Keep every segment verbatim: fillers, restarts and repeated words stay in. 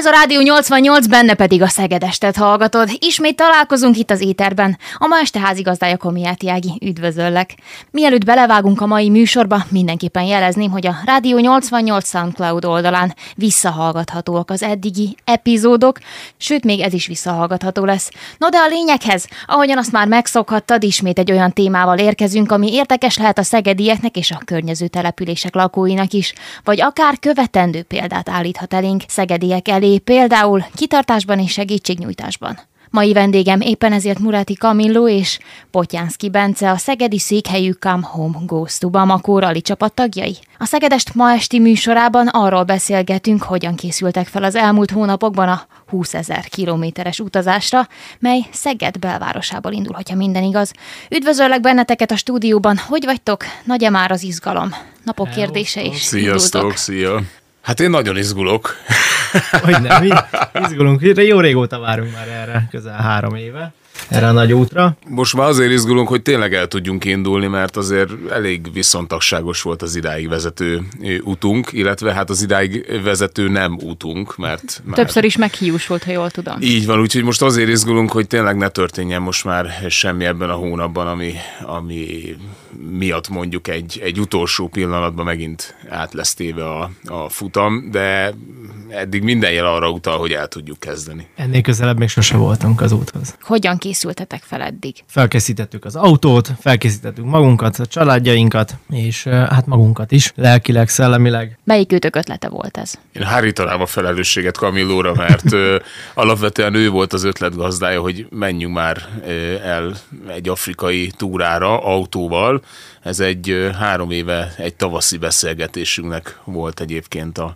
Ez a Rádió nyolcvannyolc, benne pedig a Szegedestet hallgatod. Ismét találkozunk itt az éterben. A ma este házigazdája Komiáti Ági, üdvözöllek. Mielőtt belevágunk a mai műsorba, mindenképpen jelezném, hogy a Rádió nyolcvannyolc SoundCloud oldalán visszahallgathatóak az eddigi epizódok, sőt, még ez is visszahallgatható lesz. No de a lényeghez, ahogyan azt már megszokhattad, ismét egy olyan témával érkezünk, ami érdekes lehet a szegedieknek és a környező települések lakóinak is, vagy akár követendő példát állíthat elénk szegediek elé, például kitartásban és segítségnyújtásban. Mai vendégem éppen ezért Muráti Kamilló és Potyánszky Bence, a szegedi székhelyű Come Home Goes to Bamako rali csapat tagjai. A Szegedest ma esti műsorában arról beszélgetünk, hogyan készültek fel az elmúlt hónapokban a húszezer kilométeres utazásra, mely Szeged belvárosából indul, hogyha minden igaz. Üdvözöllek benneteket a stúdióban, hogy vagytok? Nagy-e már az izgalom? Napok Hello. Kérdése is. Sziasztok, szia! Hát én nagyon izgulok. Hogy nem, mi izgulunk. Jó régóta várunk már erre, közel három éve, erre a nagy útra. Most már azért izgulunk, hogy tényleg el tudjunk indulni, mert azért elég viszontagságos volt az idáig vezető utunk, illetve hát az idáig vezető nem utunk, mert... Többször is meghiúsult, ha jól tudom. Így van, úgyhogy most azért izgulunk, hogy tényleg ne történjen most már semmi ebben a hónapban, ami, ami miatt mondjuk egy, egy utolsó pillanatban megint át lesz téve a, a futam, de eddig minden jel arra utal, hogy el tudjuk kezdeni. Ennél közelebb még sose voltunk az úthoz. Hogyan készültetek fel eddig? Felkészítettük az autót, felkészítettük magunkat, a családjainkat, és hát magunkat is, lelkileg, szellemileg. Melyik őtök ötlete volt ez? Én hárítanám a felelősséget Kamillóra, mert ö, alapvetően ő volt az ötletgazdája, hogy menjünk már ö, el egy afrikai túrára autóval. Ez egy ö, három éve egy tavaszi beszélgetésünknek volt egyébként a,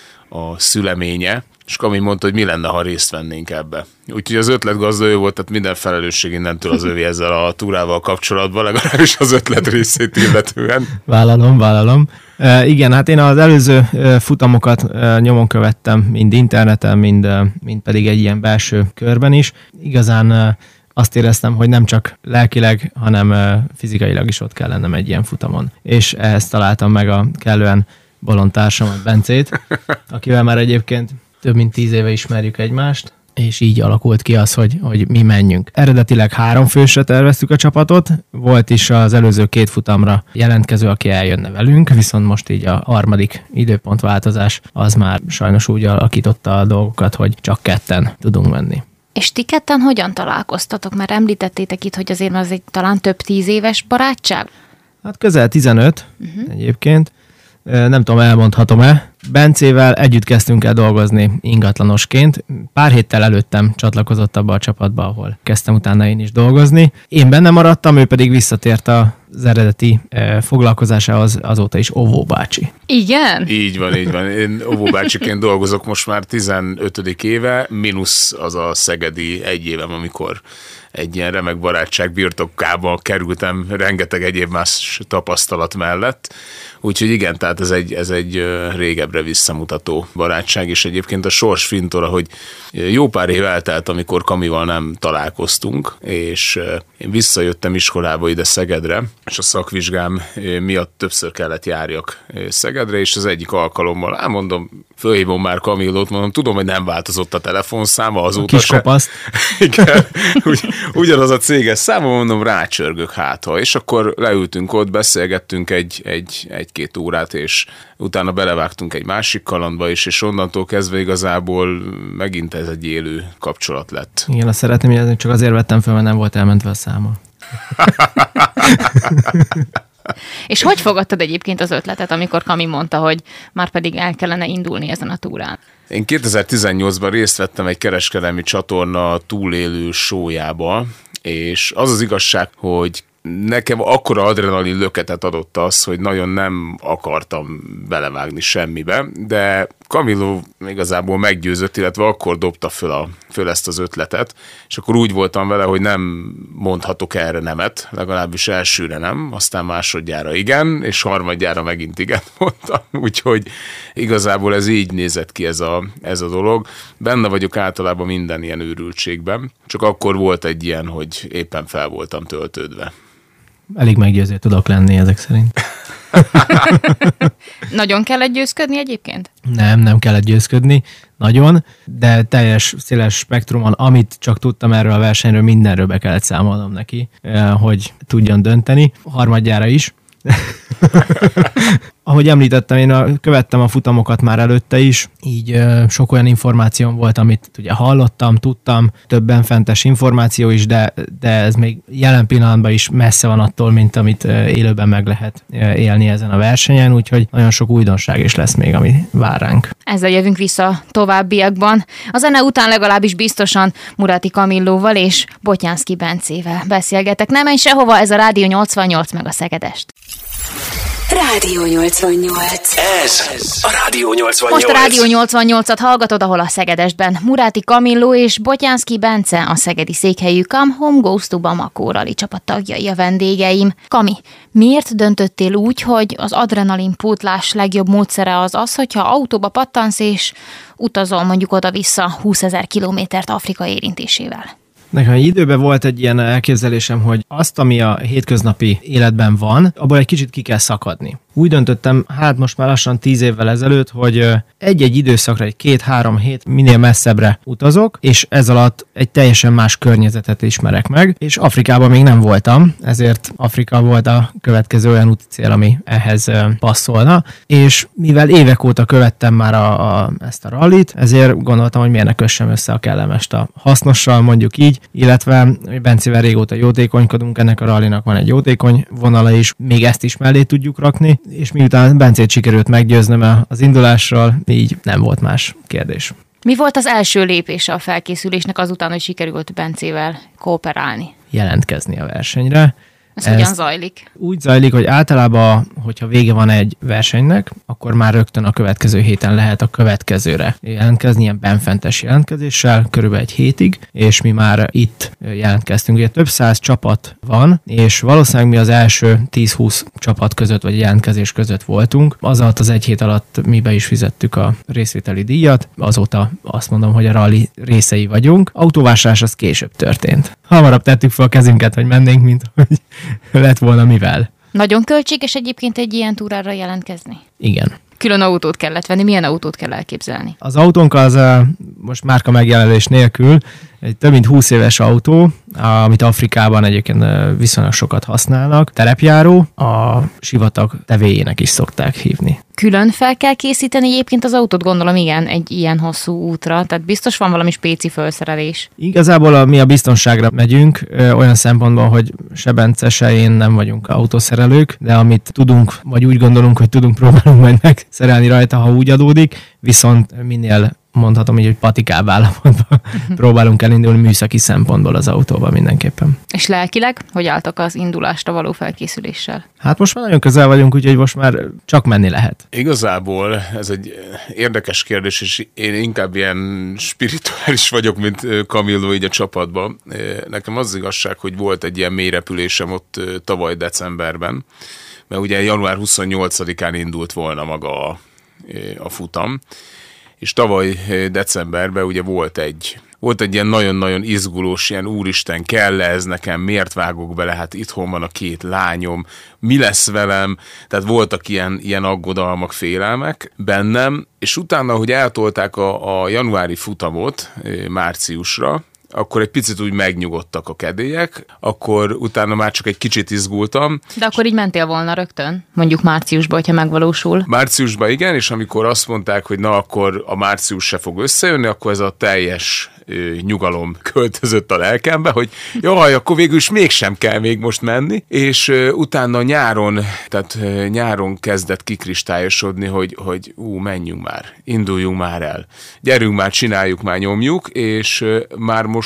a szüleménye, és Kami mondta, hogy mi lenne, ha részt vennénk ebbe. Úgyhogy az ötletgazda ő volt, tehát minden felelősség innentől az övé ezzel a túrával kapcsolatban, legalábbis az ötlet részét illetően. Vállalom, vállalom. E, igen, hát én az előző e, futamokat e, nyomon követtem, mind interneten, mind, e, mind pedig egy ilyen belső körben is. Igazán e, azt éreztem, hogy nem csak lelkileg, hanem e, fizikailag is ott kell lennem egy ilyen futamon. És ehhez találtam meg a kellően bolond társamat, Bencét, akivel már egyébként több mint tíz éve ismerjük egymást, és így alakult ki az, hogy, hogy mi menjünk. Eredetileg három fősre terveztük a csapatot, volt is az előző két futamra jelentkező, aki eljönne velünk, viszont most így a harmadik időpontváltozás az már sajnos úgy alakította a dolgokat, hogy csak ketten tudunk menni. És ti ketten hogyan találkoztatok? Mert említettétek itt, hogy azért az egy talán több tíz éves barátság? Hát közel tizenöt uh-huh. egyébként. Nem tudom, elmondhatom-e. Bencével együtt kezdtünk el dolgozni ingatlanosként. Pár héttel előttem csatlakozott abba a csapatba, ahol kezdtem utána én is dolgozni. Én benne maradtam, ő pedig visszatért az eredeti foglalkozásához, azóta is Óvó bácsi. Igen? Így van, így van. Én Óvó bácsiként dolgozok most már tizenötödik éve, mínusz az a szegedi egy évem, amikor egy ilyen remek barátság birtokába kerültem rengeteg egyéb más tapasztalat mellett. Úgyhogy igen, tehát ez egy, ez egy régebbre visszamutató barátság, és egyébként a sors fintora, hogy jó pár év eltelt, amikor Kamival nem találkoztunk, és én visszajöttem iskolába ide Szegedre, és a szakvizsgám miatt többször kellett járjak Szegedre, és az egyik alkalommal, hát mondom, fölhívom már Kamillót, mondom, tudom, hogy nem változott a telefonszáma azóta. A kis kopaszt. Igen, Ugy, ugyanaz a céges száma, mondom, rácsörgök hátha, és akkor leültünk ott, beszélgettünk egy, egy, egy-két órát, és utána belevágtunk egy másik kalandba is, és onnantól kezdve igazából megint ez egy élő kapcsolat lett. Igen, azt szeretném jelezni, csak azért vettem fel, mert nem volt elmentve a száma. És hogy fogadtad egyébként az ötletet, amikor Kami mondta, hogy már pedig el kellene indulni ezen a túrán? Én kétezer-tizennyolcban részt vettem egy kereskedelmi csatorna túlélő show-jába, és az az igazság, hogy nekem akkora adrenalin löketet adott az, hogy nagyon nem akartam belevágni semmibe, de Kamilló igazából meggyőzött, illetve akkor dobta föl, a, föl ezt az ötletet, és akkor úgy voltam vele, hogy nem mondhatok erre nemet, legalábbis elsőre nem, aztán másodjára igen, és harmadjára megint igen mondtam, úgyhogy igazából ez így nézett ki ez a, ez a dolog. Benne vagyok általában minden ilyen őrültségben, csak akkor volt egy ilyen, hogy éppen fel voltam töltődve. Elég meggyőző tudok lenni ezek szerint. Nagyon kellett győzködni egyébként? Nem, nem kellett győzködni, nagyon, de teljes széles spektrumon, amit csak tudtam erről a versenyről, mindenről be kellett számolnom neki, hogy tudjon dönteni, harmadjára is. Ahogy említettem, én a, követtem a futamokat már előtte is, így ö, sok olyan információm volt, amit ugye hallottam, tudtam, több benfentes információ is, de, de ez még jelen pillanatban is messze van attól, mint amit ö, élőben meg lehet ö, élni ezen a versenyen, úgyhogy nagyon sok újdonság is lesz még, ami vár ránk. Ezzel jövünk vissza továbbiakban. A zene után legalábbis biztosan Murati Kamillóval és Botyánszky Bencével beszélgetek. Nem menj sehova, ez a Rádió nyolcvannyolc meg a Szegedest. Rádió nyolcvannyolc. Ez a Rádió nyolcvannyolc. Most a Rádió nyolcvannyolcat hallgatod, ahol a Szegedestben Murati Kamilló és Botyánszky Bence, a szegedi székhelyű Come Home Goes to Bamako rali csapat tagjai a vendégeim. Kami, miért döntöttél úgy, hogy az adrenalinpótlás legjobb módszere az az, hogyha autóba pattansz és utazol mondjuk oda-vissza húszezer kilométert Afrika érintésével? Nekem egy időben volt egy ilyen elképzelésem, hogy azt, ami a hétköznapi életben van, abból egy kicsit ki kell szakadni. Úgy döntöttem, hát most már lassan tíz évvel ezelőtt, hogy egy-egy időszakra, egy két-három hét minél messzebbre utazok, és ez alatt egy teljesen más környezetet ismerek meg, és Afrikában még nem voltam, ezért Afrika volt a következő olyan úticél, ami ehhez passzolna, és mivel évek óta követtem már a, a, ezt a rallit, ezért gondoltam, hogy miért ne kössem össze a kellemest a hasznossal, mondjuk így, illetve Bencével régóta jótékonykodunk, ennek a rallinak van egy jótékony vonala is, még ezt is mellé tudjuk rakni, és miután Bencét sikerült meggyőznöm az indulásról, így nem volt más kérdés. Mi volt az első lépése a felkészülésnek azután, hogy sikerült Bencével kooperálni? Jelentkezni a versenyre. Ez hogyan zajlik? Úgy zajlik, hogy általában, hogyha vége van egy versenynek, akkor már rögtön a következő héten lehet a következőre jelentkezni, ilyen benfentes jelentkezéssel, körülbelül egy hétig, és mi már itt jelentkeztünk. Ugye több száz csapat van, és valószínűleg mi az első tíz-húsz csapat között, vagy jelentkezés között voltunk. Az alatt az egy hét alatt mi be is fizettük a részvételi díjat, azóta azt mondom, hogy a rally részei vagyunk. Autóvásárlás az később történt. Hamarabb tettük fel a kezünket, hogy mennénk, mint hogy lett volna mivel. Nagyon költséges egyébként egy ilyen túrára jelentkezni? Igen. Külön autót kellett venni. Milyen autót kell elképzelni? Az autónk az most márka megjelölés nélkül egy több mint húsz éves autó, amit Afrikában egyébként viszonylag sokat használnak. Terepjáró, a sivatag tevéjének is szokták hívni. Külön fel kell készíteni egyébként az autót, gondolom, igen, egy ilyen hosszú útra, tehát biztos van valami spéci felszerelés. Igazából a, mi a biztonságra megyünk, ö, olyan szempontból, hogy se Bence, se én nem vagyunk autószerelők, de amit tudunk, vagy úgy gondolunk, hogy tudunk, próbálunk majd megszerelni rajta, ha úgy adódik, viszont minél mondhatom így, hogy patikább állapotban próbálunk elindulni műszaki szempontból az autóval mindenképpen. És lelkileg, hogy álltak az indulásra való felkészüléssel? Hát most már nagyon közel vagyunk, úgyhogy most már csak menni lehet. Igazából ez egy érdekes kérdés, és én inkább ilyen spirituális vagyok, mint Kamilló így a csapatban. Nekem az igazság, hogy volt egy ilyen mélyrepülésem ott tavaly decemberben, mert ugye január huszonnyolcadikán indult volna maga a, a futam, és tavaly decemberben ugye volt egy, volt egy ilyen nagyon-nagyon izgulós, ilyen úristen, kell ez nekem, miért vágok bele, hát itthon van a két lányom, mi lesz velem, tehát voltak ilyen, ilyen aggodalmak, félelmek bennem, és utána, hogy eltolták a, a januári futamot márciusra, akkor egy picit úgy megnyugodtak a kedélyek, akkor utána már csak egy kicsit izgultam. De akkor így mentél volna rögtön, mondjuk márciusban, hogyha megvalósul. Márciusban igen, és amikor azt mondták, hogy na akkor a március se fog összejönni, akkor ez a teljes ö, nyugalom költözött a lelkembe, hogy jaj, akkor végül is mégsem kell még most menni, és ö, utána nyáron, tehát ö, nyáron kezdett kikristályosodni, hogy, hogy ú, menjünk már, induljunk már el, gyerünk már, csináljuk már, nyomjuk, és ö, már most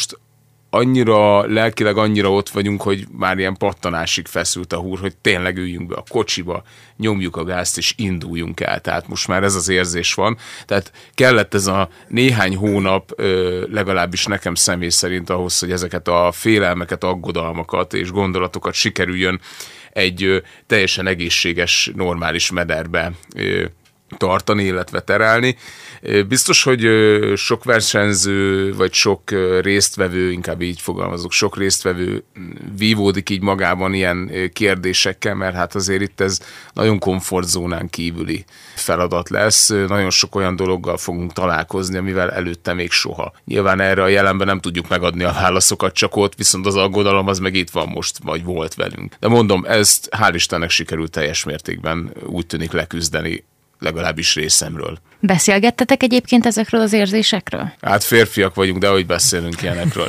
annyira lelkileg annyira ott vagyunk, hogy már ilyen pattanásig feszült a húr, hogy tényleg üljünk be a kocsiba, nyomjuk a gázt és induljunk el. Tehát most már ez az érzés van. Tehát kellett ez a néhány hónap, legalábbis nekem személy szerint ahhoz, hogy ezeket a félelmeket, aggodalmakat és gondolatokat sikerüljön egy teljesen egészséges, normális mederbe tartani, illetve terelni. Biztos, hogy sok versenyző, vagy sok résztvevő, inkább így fogalmazok, sok résztvevő vívódik így magában ilyen kérdésekkel, mert hát azért itt ez nagyon komfortzónán kívüli feladat lesz. Nagyon sok olyan dologgal fogunk találkozni, amivel előtte még soha. Nyilván erre a jelenben nem tudjuk megadni a válaszokat, csak ott viszont az aggodalom az meg itt van most, vagy volt velünk. De mondom, ezt hál' Istennek sikerült teljes mértékben úgy tűnik leküzdeni, legalábbis részemről. Beszélgettetek egyébként ezekről az érzésekről? Hát férfiak vagyunk, de hogy beszélünk ilyenekről.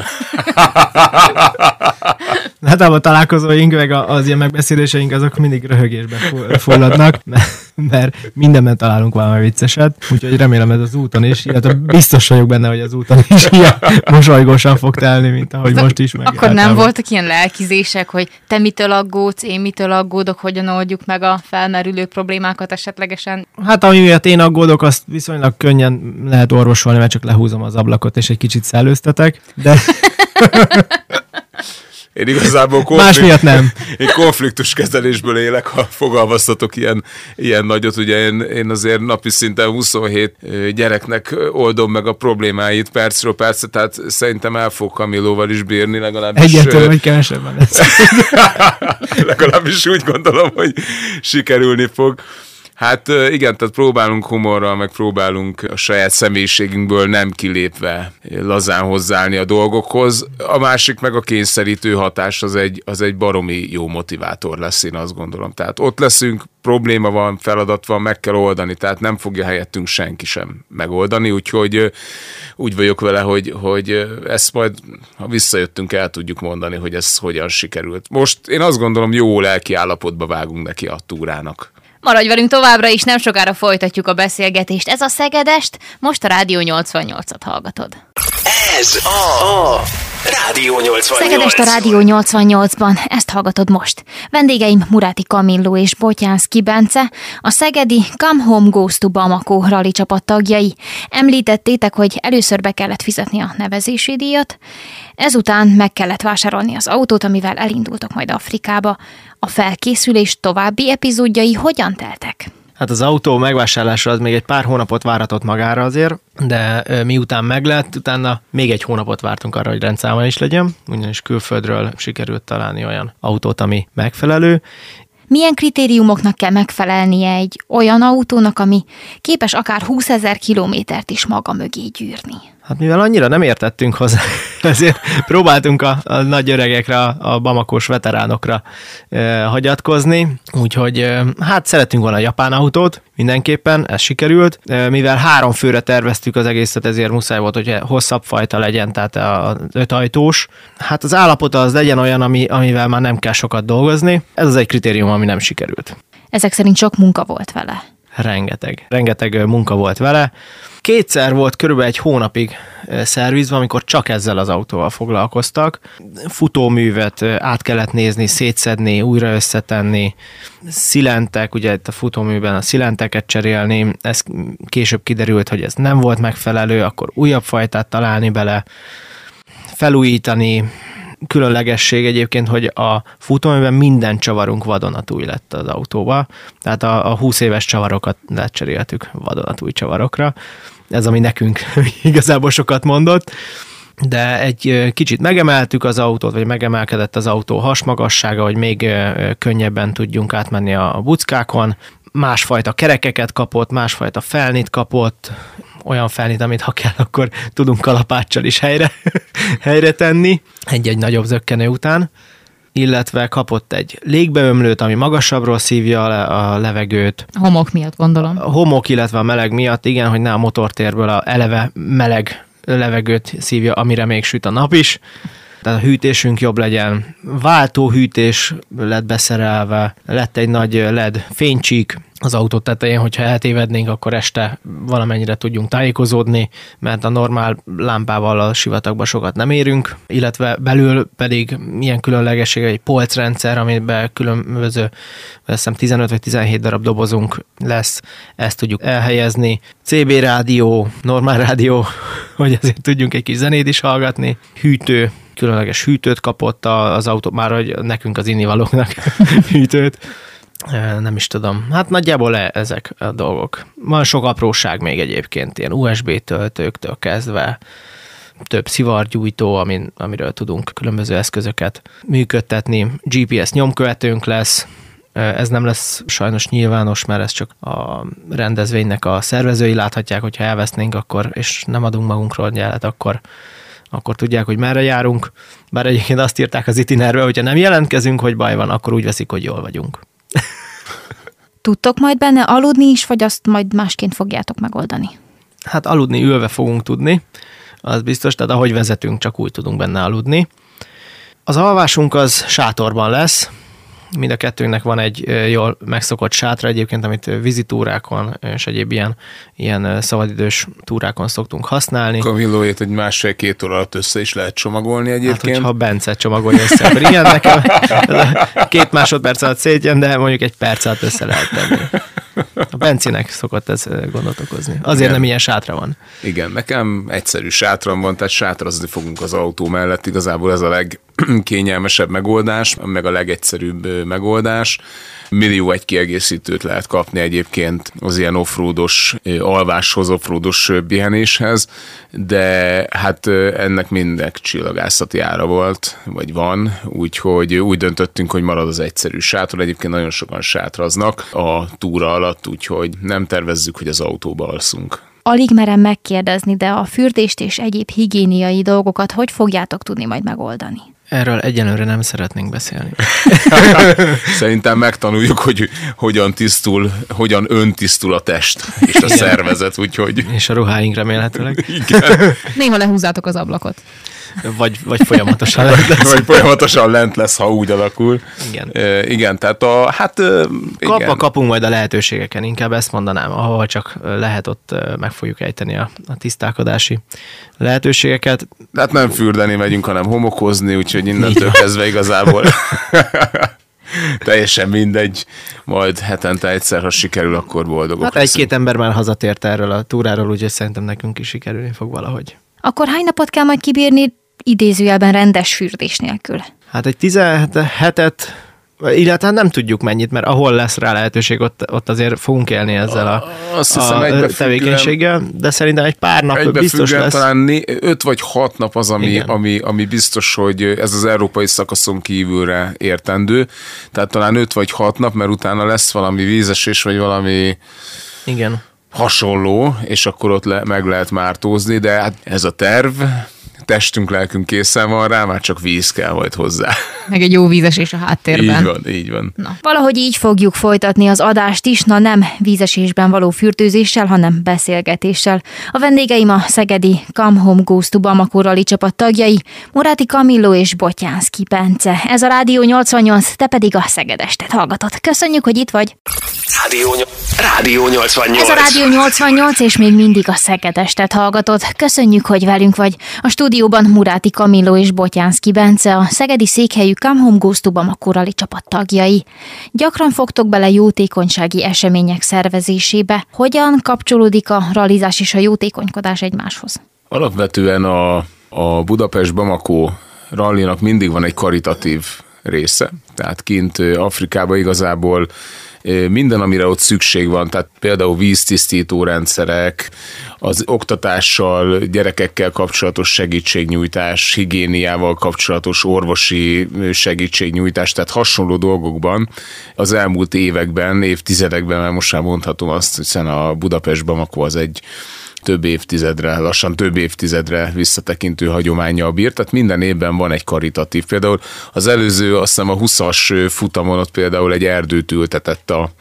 Hát a találkozóink, meg az ilyen megbeszéléseink, azok mindig röhögésbe fulladnak, mert mindenben találunk valami vicceset, úgyhogy remélem ez az úton is, illetve biztos vagyok benne, hogy az úton is ilyen mosolygósan fog telni, mint ahogy most is. Meg Akkor nem voltak ilyen lelkizések, hogy te mitől aggódsz, én mitől aggódok, hogyan oldjuk meg a felmerülő problémákat esetlegesen? Hát ami miatt én aggódok, azt viszonylag könnyen lehet orvosolni, mert csak lehúzom az ablakot, és egy kicsit szellőztetek, de... Én igazából konflikt... Más miatt nem. Én konfliktuskezelésből élek, ha fogalmaztatok ilyen, ilyen nagyot. Ugye én, én azért napi szinten huszonhét gyereknek oldom meg a problémáit percről percre, tehát szerintem el fog Kamillóval is bírni, legalábbis... Egyetlen, vagy kevesebben lesz. Legalábbis úgy gondolom, hogy sikerülni fog. Hát igen, tehát próbálunk humorral, meg próbálunk a saját személyiségünkből nem kilépve lazán hozzáállni a dolgokhoz. A másik meg a kényszerítő hatás az egy, az egy baromi jó motivátor lesz, én azt gondolom. Tehát ott leszünk, probléma van, feladat van, meg kell oldani, tehát nem fogja helyettünk senki sem megoldani, úgyhogy úgy vagyok vele, hogy, hogy ezt majd, ha visszajöttünk, el tudjuk mondani, hogy ez hogyan sikerült. Most én azt gondolom, jó lelki állapotba vágunk neki a túrának. Maradj velünk továbbra is, nem sokára folytatjuk a beszélgetést. Ez a Szegedest, most a Rádió nyolcvannyolcat hallgatod. Ez a, a Rádió nyolcvannyolc. Szegedest a Rádió nyolcvannyolcban, ezt hallgatod most. Vendégeim Muráti Kamilló és Botyánszky Bence, a szegedi Come Home Goes to Bamako rally csapat tagjai. Említettétek, hogy először be kellett fizetni a nevezési díjat, ezután meg kellett vásárolni az autót, amivel elindultok majd Afrikába. A felkészülés további epizódjai hogyan teltek? Hát az autó megvásárlása az még egy pár hónapot várhatott magára azért, de miután meglett, utána még egy hónapot vártunk arra, hogy rendszáma is legyen, ugyanis külföldről sikerült találni olyan autót, ami megfelelő. Milyen kritériumoknak kell megfelelnie egy olyan autónak, ami képes akár húszezer kilométert is maga mögé gyűrni? Hát mivel annyira nem értettünk hozzá, ezért próbáltunk a, a nagy öregekre, a bamakós veteránokra e, hagyatkozni, úgyhogy e, hát szerettünk volna a japán autót, mindenképpen, ez sikerült. E, mivel három főre terveztük az egészet, ezért muszáj volt, hogy hosszabb fajta legyen, tehát az ötajtós. Hát az állapota az legyen olyan, ami, amivel már nem kell sokat dolgozni. Ez az egy kritérium, ami nem sikerült. Ezek szerint sok munka volt vele. Rengeteg. Rengeteg munka volt vele. Kétszer volt körülbelül egy hónapig szervizben, amikor csak ezzel az autóval foglalkoztak. Futóművet át kellett nézni, szétszedni, újra összetenni, szilentek, ugye itt a futóműben a szilenteket cserélni, ez később kiderült, hogy ez nem volt megfelelő, akkor újabb fajtát találni bele, felújítani. Különlegesség egyébként, hogy a futóműben minden csavarunk vadonatúj lett az autóba, tehát a, a húsz éves csavarokat lecseréltük vadonatúj csavarokra. Ez, ami nekünk igazából sokat mondott, de egy kicsit megemeltük az autót, vagy megemelkedett az autó hasmagassága, hogy még könnyebben tudjunk átmenni a buckákon. Másfajta kerekeket kapott, másfajta felnit kapott, olyan felnit, amit ha kell, akkor tudunk kalapáccsal is helyre, helyre tenni, egy-egy nagyobb zökkenő után, illetve kapott egy légbeömlőt, ami magasabbról szívja a levegőt. A homok miatt gondolom. A homok, illetve a meleg miatt, igen, hogy ne a motortérből a eleve meleg levegőt szívja, amire még süt a nap is. Tehát a hűtésünk jobb legyen. Váltóhűtés lett beszerelve, lett egy nagy el é dé fénycsík az autó tetején, hogyha eltévednénk, akkor este valamennyire tudjunk tájékozódni, mert a normál lámpával a sivatagban sokat nem érünk, illetve belül pedig milyen különlegesség egy polcrendszer, amiben különböző, azt hiszem tizenöt vagy tizenhét darab dobozunk lesz, ezt tudjuk elhelyezni. cé bé rádió, normál rádió, hogy azért tudjunk egy kis zenét is hallgatni, hűtő, különleges hűtőt kapott az autó, már hogy nekünk az innivalóknak hűtőt. Nem is tudom. Hát nagyjából ezek a dolgok. Van sok apróság még egyébként, ilyen u es bé töltőktől kezdve, több szivargyújtó, amin, amiről tudunk különböző eszközöket működtetni. gé pé es nyomkövetőnk lesz, ez nem lesz sajnos nyilvános, mert ez csak a rendezvénynek a szervezői láthatják, hogyha elvesznénk, akkor, és nem adunk magunkról jelet, akkor, akkor tudják, hogy merre járunk. Bár egyébként azt írták az itinerbe, hogyha nem jelentkezünk, hogy baj van, akkor úgy veszik, hogy jól vagyunk. Tudtok majd benne aludni is, vagy azt majd másként fogjátok megoldani? Hát aludni ülve fogunk tudni, az biztos, tehát ahogy vezetünk, csak úgy tudunk benne aludni. Az alvásunk az sátorban lesz, mind a kettőnknek van egy jól megszokott sátra egyébként, amit vizitúrákon és egyéb ilyen, ilyen szabadidős túrákon szoktunk használni. Kamillóét egy másfél-két óra alatt össze is lehet csomagolni egyébként. Hát, hogyha Bence csomagolja össze, akkor igen, nekem két másodperc alatt szétjön, de mondjuk egy perc alatt össze lehet tenni. A Bencének szokott ez gondot okozni. Azért igen. Nem ilyen sátra van. Igen, nekem egyszerű sátram van, tehát sátrazni fogunk az autó mellett. Igazából ez a legkényelmesebb megoldás, meg a legegyszerűbb megoldás. Millió egy kiegészítőt lehet kapni egyébként az ilyen offroados alváshoz, offroados pihenéshez, de hát ennek mindnek csillagászati ára volt, vagy van, úgyhogy úgy döntöttünk, hogy marad az egyszerű sátor. Egyébként nagyon sokan sátraznak a túra alatt, úgyhogy nem tervezzük, hogy az autóba alszunk. Alig merem megkérdezni, de a fürdést és egyéb higiéniai dolgokat hogy fogjátok tudni majd megoldani? Erről egyenlőre nem szeretnénk beszélni. Szerintem megtanuljuk, hogy hogyan tisztul, hogyan öntisztul a test és a igen. szervezet, úgyhogy... És a ruháink remélhetőleg. Igen. Néha lehúzzátok az ablakot. Vagy, vagy folyamatosan lent lesz. Vagy folyamatosan lent lesz, ha úgy alakul. Igen. E, igen, tehát a... Hát, e, Kapva kapunk majd a lehetőségeken, inkább ezt mondanám. Ahol csak lehet, ott meg fogjuk ejteni a, a tisztálkodási lehetőségeket. Hát nem fürdeni megyünk, hanem homokozni, úgyhogy innentől kezdve igazából... Teljesen mindegy, majd hetente egyszer, ha sikerül, akkor boldogok. Hát egy-két ember már hazatért erről a túráról, úgyhogy szerintem nekünk is sikerülni fog valahogy. Akkor hány napot kell majd kibírni idézőjelben rendes fürdés nélkül? Hát egy tizenhetet, illetve nem tudjuk mennyit, mert ahol lesz rá lehetőség, ott, ott azért fogunk élni ezzel a, Azt hiszem, a tevékenységgel, de szerintem egy pár nap biztos lesz. Talán öt vagy hat nap az, ami, ami, ami biztos, hogy ez az európai szakaszon kívülre értendő. Tehát talán öt vagy hat nap, mert utána lesz valami vízesés, vagy valami... Igen. hasonló, és akkor ott le, meg lehet mártózni, de hát ez a terv, testünk, lelkünk készen van rá, már csak víz kell majd hozzá. Meg egy jó vízesés a háttérben. Így van, így van. Na, valahogy így fogjuk folytatni az adást is, na nem vízesésben való fürdőzéssel, hanem beszélgetéssel. A vendégeim a szegedi Come Home Goes to Bamako rally csapat tagjai, Moráti Kamilló és Botyánszky Bence. Ez a Rádió nyolcvannyolc, te pedig a Szegedestet hallgatod. Köszönjük, hogy itt vagy. Rádió, Rádió nyolcvannyolc. Ez a Rádió nyolcvannyolc, és még mindig a Szegedestet hallgatod. Köszönjük, hogy velünk vagy. A stúdióban Moráti Kamilló és Botyánszky Bence, a szegedi székhelyű Come Home Goes to Bamako rally csapat tagjai. Gyakran fogtok bele jótékonysági események szervezésébe. Hogyan kapcsolódik a rallizás és a jótékonykodás egymáshoz? Alapvetően a, a Budapest-Bamako rallinak mindig van egy karitatív része. Tehát kint Afrikában igazából minden, amire ott szükség van, tehát például víztisztító rendszerek, az oktatással, gyerekekkel kapcsolatos segítségnyújtás, higiéniával kapcsolatos orvosi segítségnyújtás, tehát hasonló dolgokban az elmúlt években, évtizedekben, mert most már mondhatom azt, hiszen a Budapest-Bamako az egy több évtizedre, lassan több évtizedre visszatekintő hagyománnyal bír, tehát minden évben van egy karitatív. Például az előző, azt hiszem a huszas futamon ott például egy erdőt ültetett a,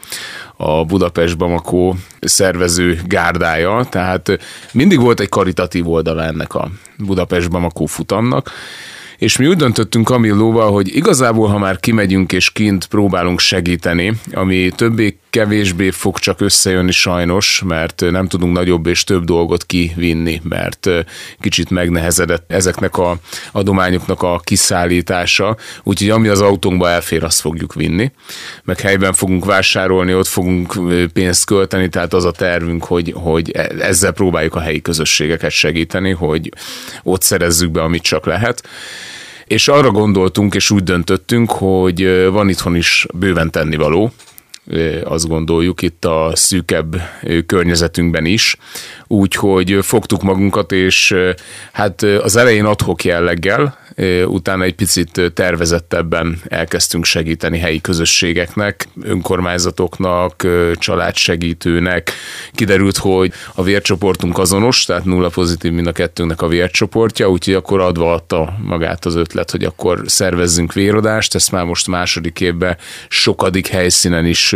a Budapest-Bamako szervező gárdája, tehát mindig volt egy karitatív oldala ennek a Budapest-Bamako futamnak, és mi úgy döntöttünk Kamillóval, hogy igazából, ha már kimegyünk és kint próbálunk segíteni, ami többé-kevésbé fog csak összejönni sajnos, mert nem tudunk nagyobb és több dolgot kivinni, mert kicsit megnehezedett ezeknek a adományoknak a kiszállítása, úgyhogy ami az autónkba elfér, azt fogjuk vinni, meg helyben fogunk vásárolni, ott fogunk pénzt költeni, tehát az a tervünk, hogy, hogy ezzel próbáljuk a helyi közösségeket segíteni, hogy ott szerezzük be, amit csak lehet. És arra gondoltunk, és úgy döntöttünk, hogy van itthon is bőven tennivaló, azt gondoljuk itt a szűkebb környezetünkben is. Úgyhogy fogtuk magunkat, és hát az elején ad-hoc jelleggel, utána egy picit tervezettebben elkezdtünk segíteni helyi közösségeknek, önkormányzatoknak, családsegítőnek. Kiderült, hogy a vércsoportunk azonos, tehát nulla pozitív mind a kettőnknek a vércsoportja, úgyhogy akkor adva adta magát az ötlet, hogy akkor szervezzünk véradást, ezt már most második évben sokadik helyszínen is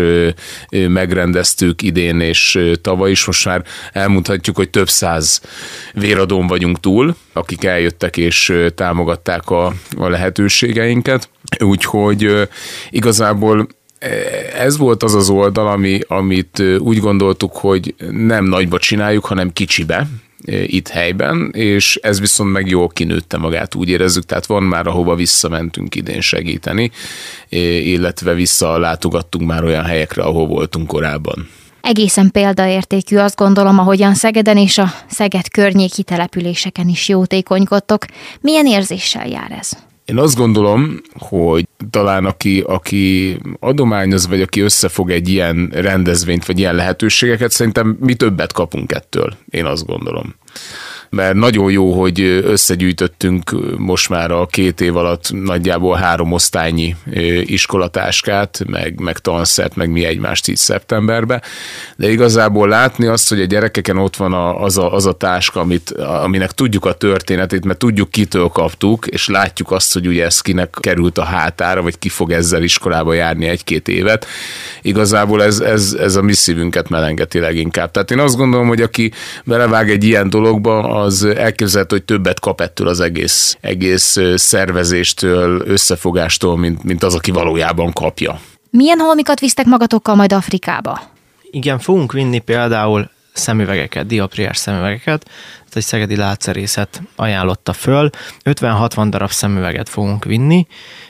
megrendeztük idén és tavaly is. Most már elmondhatjuk, hogy több száz véradón vagyunk túl, akik eljöttek és támogatták a, a lehetőségeinket. Úgyhogy igazából ez volt az az oldal, ami, amit úgy gondoltuk, hogy nem nagyba csináljuk, hanem kicsibe, itt helyben, és ez viszont meg jól kinőtte magát, úgy érezzük, tehát van már, ahova visszamentünk idén segíteni, illetve visszalátogattunk már olyan helyekre, ahol voltunk korábban. Egészen példaértékű, azt gondolom, ahogyan Szegeden és a Szeged környéki településeken is jótékonykodtok. Milyen érzéssel jár ez? Én azt gondolom, hogy talán aki, aki adományoz, vagy aki összefog egy ilyen rendezvényt, vagy ilyen lehetőségeket, szerintem mi többet kapunk ettől, én azt gondolom. Mert nagyon jó, hogy összegyűjtöttünk most már a két év alatt nagyjából három osztálynyi iskolatáskát, meg, meg tanszert, meg mi egymást így szeptemberben, de igazából látni azt, hogy a gyerekeken ott van a, az, a, az a táska, amit, aminek tudjuk a történetét, mert tudjuk, kitől kaptuk, és látjuk azt, hogy ugye ez kinek került a hátára, vagy ki fog ezzel iskolába járni egy-két évet. Igazából ez, ez, ez a mi szívünket melengeti leginkább. Tehát én azt gondolom, hogy aki belevág egy ilyen dologba, az elképzelhető, hogy többet kap ettől az egész, egész szervezéstől, összefogástól, mint, mint az, aki valójában kapja. Milyen holmikat visztek magatokkal majd Afrikába? Igen, fogunk vinni például szemüvegeket, dioptriás szemüvegeket, ez egy szegedi látszerészet ajánlotta föl. ötven-hatvan darab szemüveget fogunk vinni,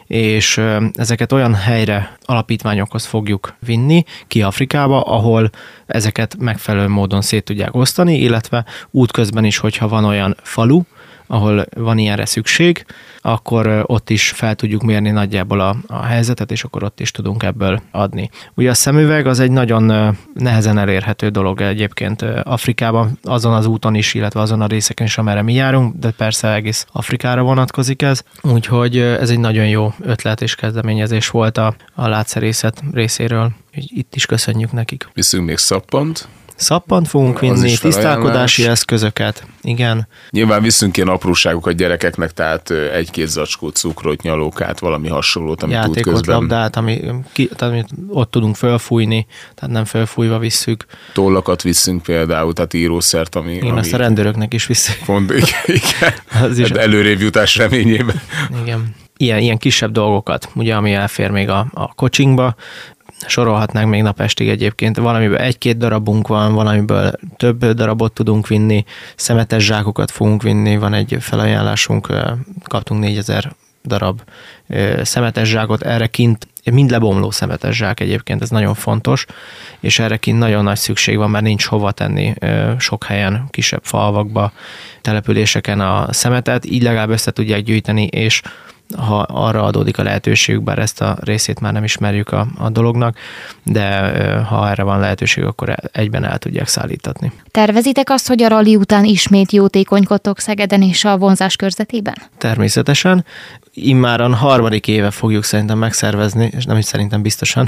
és ezeket olyan helyre, alapítványokhoz fogjuk vinni ki Afrikába, ahol ezeket megfelelő módon szét tudják osztani, illetve útközben is, hogyha van olyan falu, ahol van ilyenre szükség, akkor ott is fel tudjuk mérni nagyjából a, a helyzetet, és akkor ott is tudunk ebből adni. Ugye a szemüveg az egy nagyon nehezen elérhető dolog egyébként Afrikában, azon az úton is, illetve azon a részeken is, amerre mi járunk, de persze egész Afrikára vonatkozik ez, úgyhogy ez egy nagyon jó ötlet és kezdeményezés volt a, a látszerészet részéről. Itt is köszönjük nekik. Viszünk még szappant. Szappant fogunk vinni, tisztálkodási eszközöket, igen. Nyilván viszünk ilyen apróságokat gyerekeknek, tehát egy-két zacskó cukrot, nyalókát, valami hasonlót, amit tud közben. Játékot, labdát, ami, ki, amit ott tudunk fölfújni, tehát nem fölfújva visszük. Tollakat viszünk például, tehát írószert, ami... Igen, ami azt a rendőröknek is viszük. Font, igen, igen. Az is előrébb jutás reményében. Igen. Ilyen, ilyen kisebb dolgokat, ugye, ami elfér még a, a kocsinkba, sorolhatnánk még napestig egyébként. Valamiből egy-két darabunk van, valamiből több darabot tudunk vinni, szemetes zsákokat fogunk vinni, van egy felajánlásunk, kaptunk négyezer darab szemetes zsákot, erre kint mind lebomló szemetes zsák egyébként, ez nagyon fontos, és erre kint nagyon nagy szükség van, mert nincs hova tenni sok helyen, kisebb falvakba, településeken a szemetet, így legalább össze tudják gyűjteni, és ha arra adódik a lehetőségük, bár ezt a részét már nem ismerjük a, a dolognak, de ha erre van lehetőség, akkor egyben el tudják szállítatni. Tervezitek azt, hogy a rali után ismét jótékonykodtok Szegeden és a vonzás körzetében? Természetesen. Immáron harmadik éve fogjuk szerintem megszervezni, és nem is szerintem biztosan,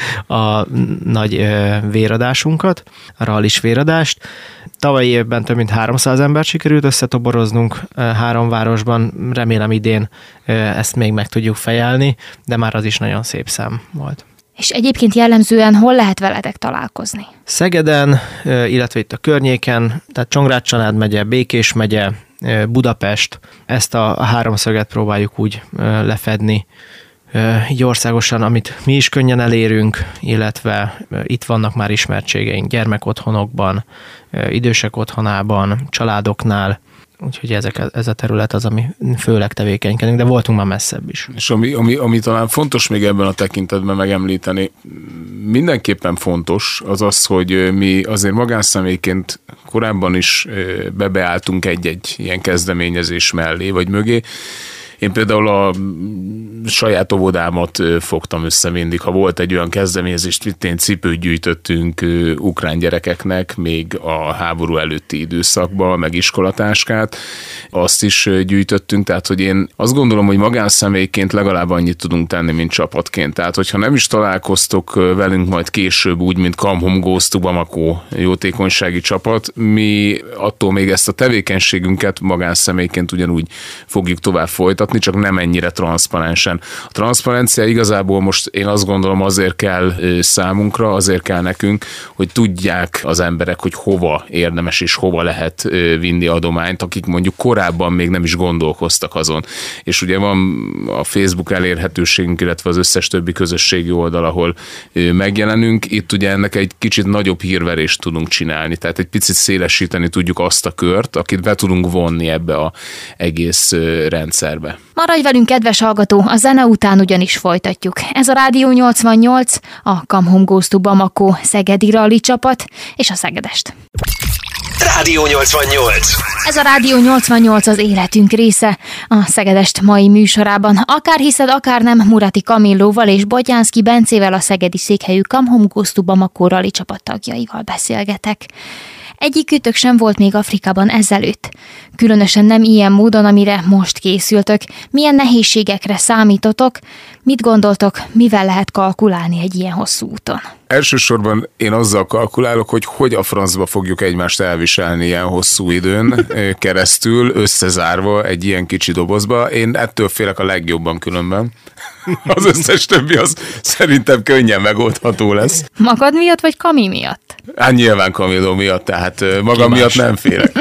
a nagy véradásunkat, a rallis véradást. Tavalyi évben több mint háromszáz embert sikerült összetoboroznunk három városban, remélem idén ezt még meg tudjuk fejelni, de már az is nagyon szép szám volt. És egyébként jellemzően hol lehet veletek találkozni? Szegeden, illetve itt a környéken, tehát Csongrád-Csanád megye, Békés megye, Budapest, ezt a háromszöget próbáljuk úgy lefedni, így országosan, amit mi is könnyen elérünk, illetve itt vannak már ismertségeink gyermekotthonokban, idősek otthonában, családoknál, úgyhogy ezek, ez a terület az, ami főleg tevékenykedünk, de voltunk már messzebb is. És ami, ami, ami talán fontos még ebben a tekintetben megemlíteni, mindenképpen fontos az az, hogy mi azért magánszemélyként korábban is bebeálltunk egy-egy ilyen kezdeményezés mellé, vagy mögé, Én például a saját óvodámat fogtam össze mindig, ha volt egy olyan kezdeményezést, mint én cipőt gyűjtöttünk ukrán gyerekeknek, még a háború előtti időszakban, meg iskolatáskát, azt is gyűjtöttünk, tehát hogy én azt gondolom, hogy magánszemélyként legalább annyit tudunk tenni, mint csapatként. Tehát, hogyha nem is találkoztok velünk majd később úgy, mint Come Home Goes to Bamako jótékonysági csapat, mi attól még ezt a tevékenységünket magánszemélyként ugyanúgy fogjuk tovább folytatni, csak nem ennyire transzparensen. A transzparencia igazából most én azt gondolom azért kell számunkra, azért kell nekünk, hogy tudják az emberek, hogy hova érdemes és hova lehet vinni adományt, akik mondjuk korábban még nem is gondolkoztak azon. És ugye van a Facebook elérhetőségünk, illetve az összes többi közösségi oldal, ahol megjelenünk, itt ugye ennek egy kicsit nagyobb hírverést tudunk csinálni, tehát egy picit szélesíteni tudjuk azt a kört, akit be tudunk vonni ebbe az egész rendszerbe. Maradj velünk, kedves hallgató, a zene után ugyanis folytatjuk. Ez a Rádió nyolcvannyolc, a Come Home Goes to Bamako szegedi rally csapat és a Szegedest. Rádió nyolcvannyolc. Ez a Rádió nyolcvannyolc az életünk része. A Szegedest mai műsorában akár hiszed, akár nem, Murati Kamillóval és Botyánszky Bencével, a szegedi székhelyű Come Home Goes to Bamako rally csapat tagjaival beszélgetek. Egyikütök sem volt még Afrikában ezelőtt. Különösen nem ilyen módon, amire most készültök. Milyen nehézségekre számítotok? Mit gondoltok, mivel lehet kalkulálni egy ilyen hosszú úton? Elsősorban én azzal kalkulálok, hogy hogy a francba fogjuk egymást elviselni ilyen hosszú időn keresztül, összezárva egy ilyen kicsi dobozba. Én ettől félek a legjobban különben. Az összes többi az szerintem könnyen megoldható lesz. Magad miatt, vagy Kami miatt? Hát nyilván Kamilló miatt, tehát magam miatt nem félek.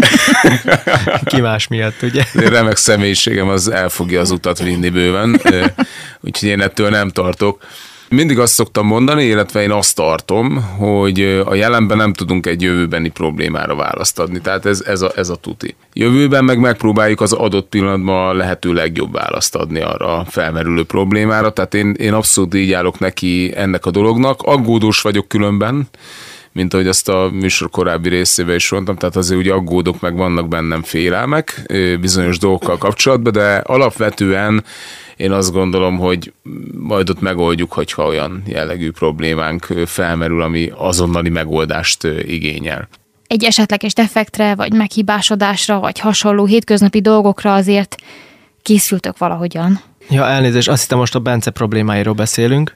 Ki más miatt, ugye? Remek személyiségem az el fogja az utat vinni bőven, úgyhogy én ettől nem tartok. Mindig azt szoktam mondani, illetve én azt tartom, hogy a jelenben nem tudunk egy jövőbeni problémára választ adni. Tehát ez, ez, a, ez a tuti. Jövőben meg megpróbáljuk az adott pillanatban lehető legjobb választ adni arra a felmerülő problémára. Tehát én, én abszolút így állok neki ennek a dolognak. Aggódós vagyok különben, mint ahogy azt a műsor korábbi részében is mondtam, tehát azért ugye aggódok, meg vannak bennem félelmek bizonyos dolgokkal kapcsolatban, de alapvetően én azt gondolom, hogy majd ott megoldjuk, hogyha olyan jellegű problémánk felmerül, ami azonnali megoldást igényel. Egy esetleges defektre, vagy meghibásodásra, vagy hasonló hétköznapi dolgokra azért készültök valahogyan. Ja, elnézést, azt hittem most a Bence problémáiról beszélünk.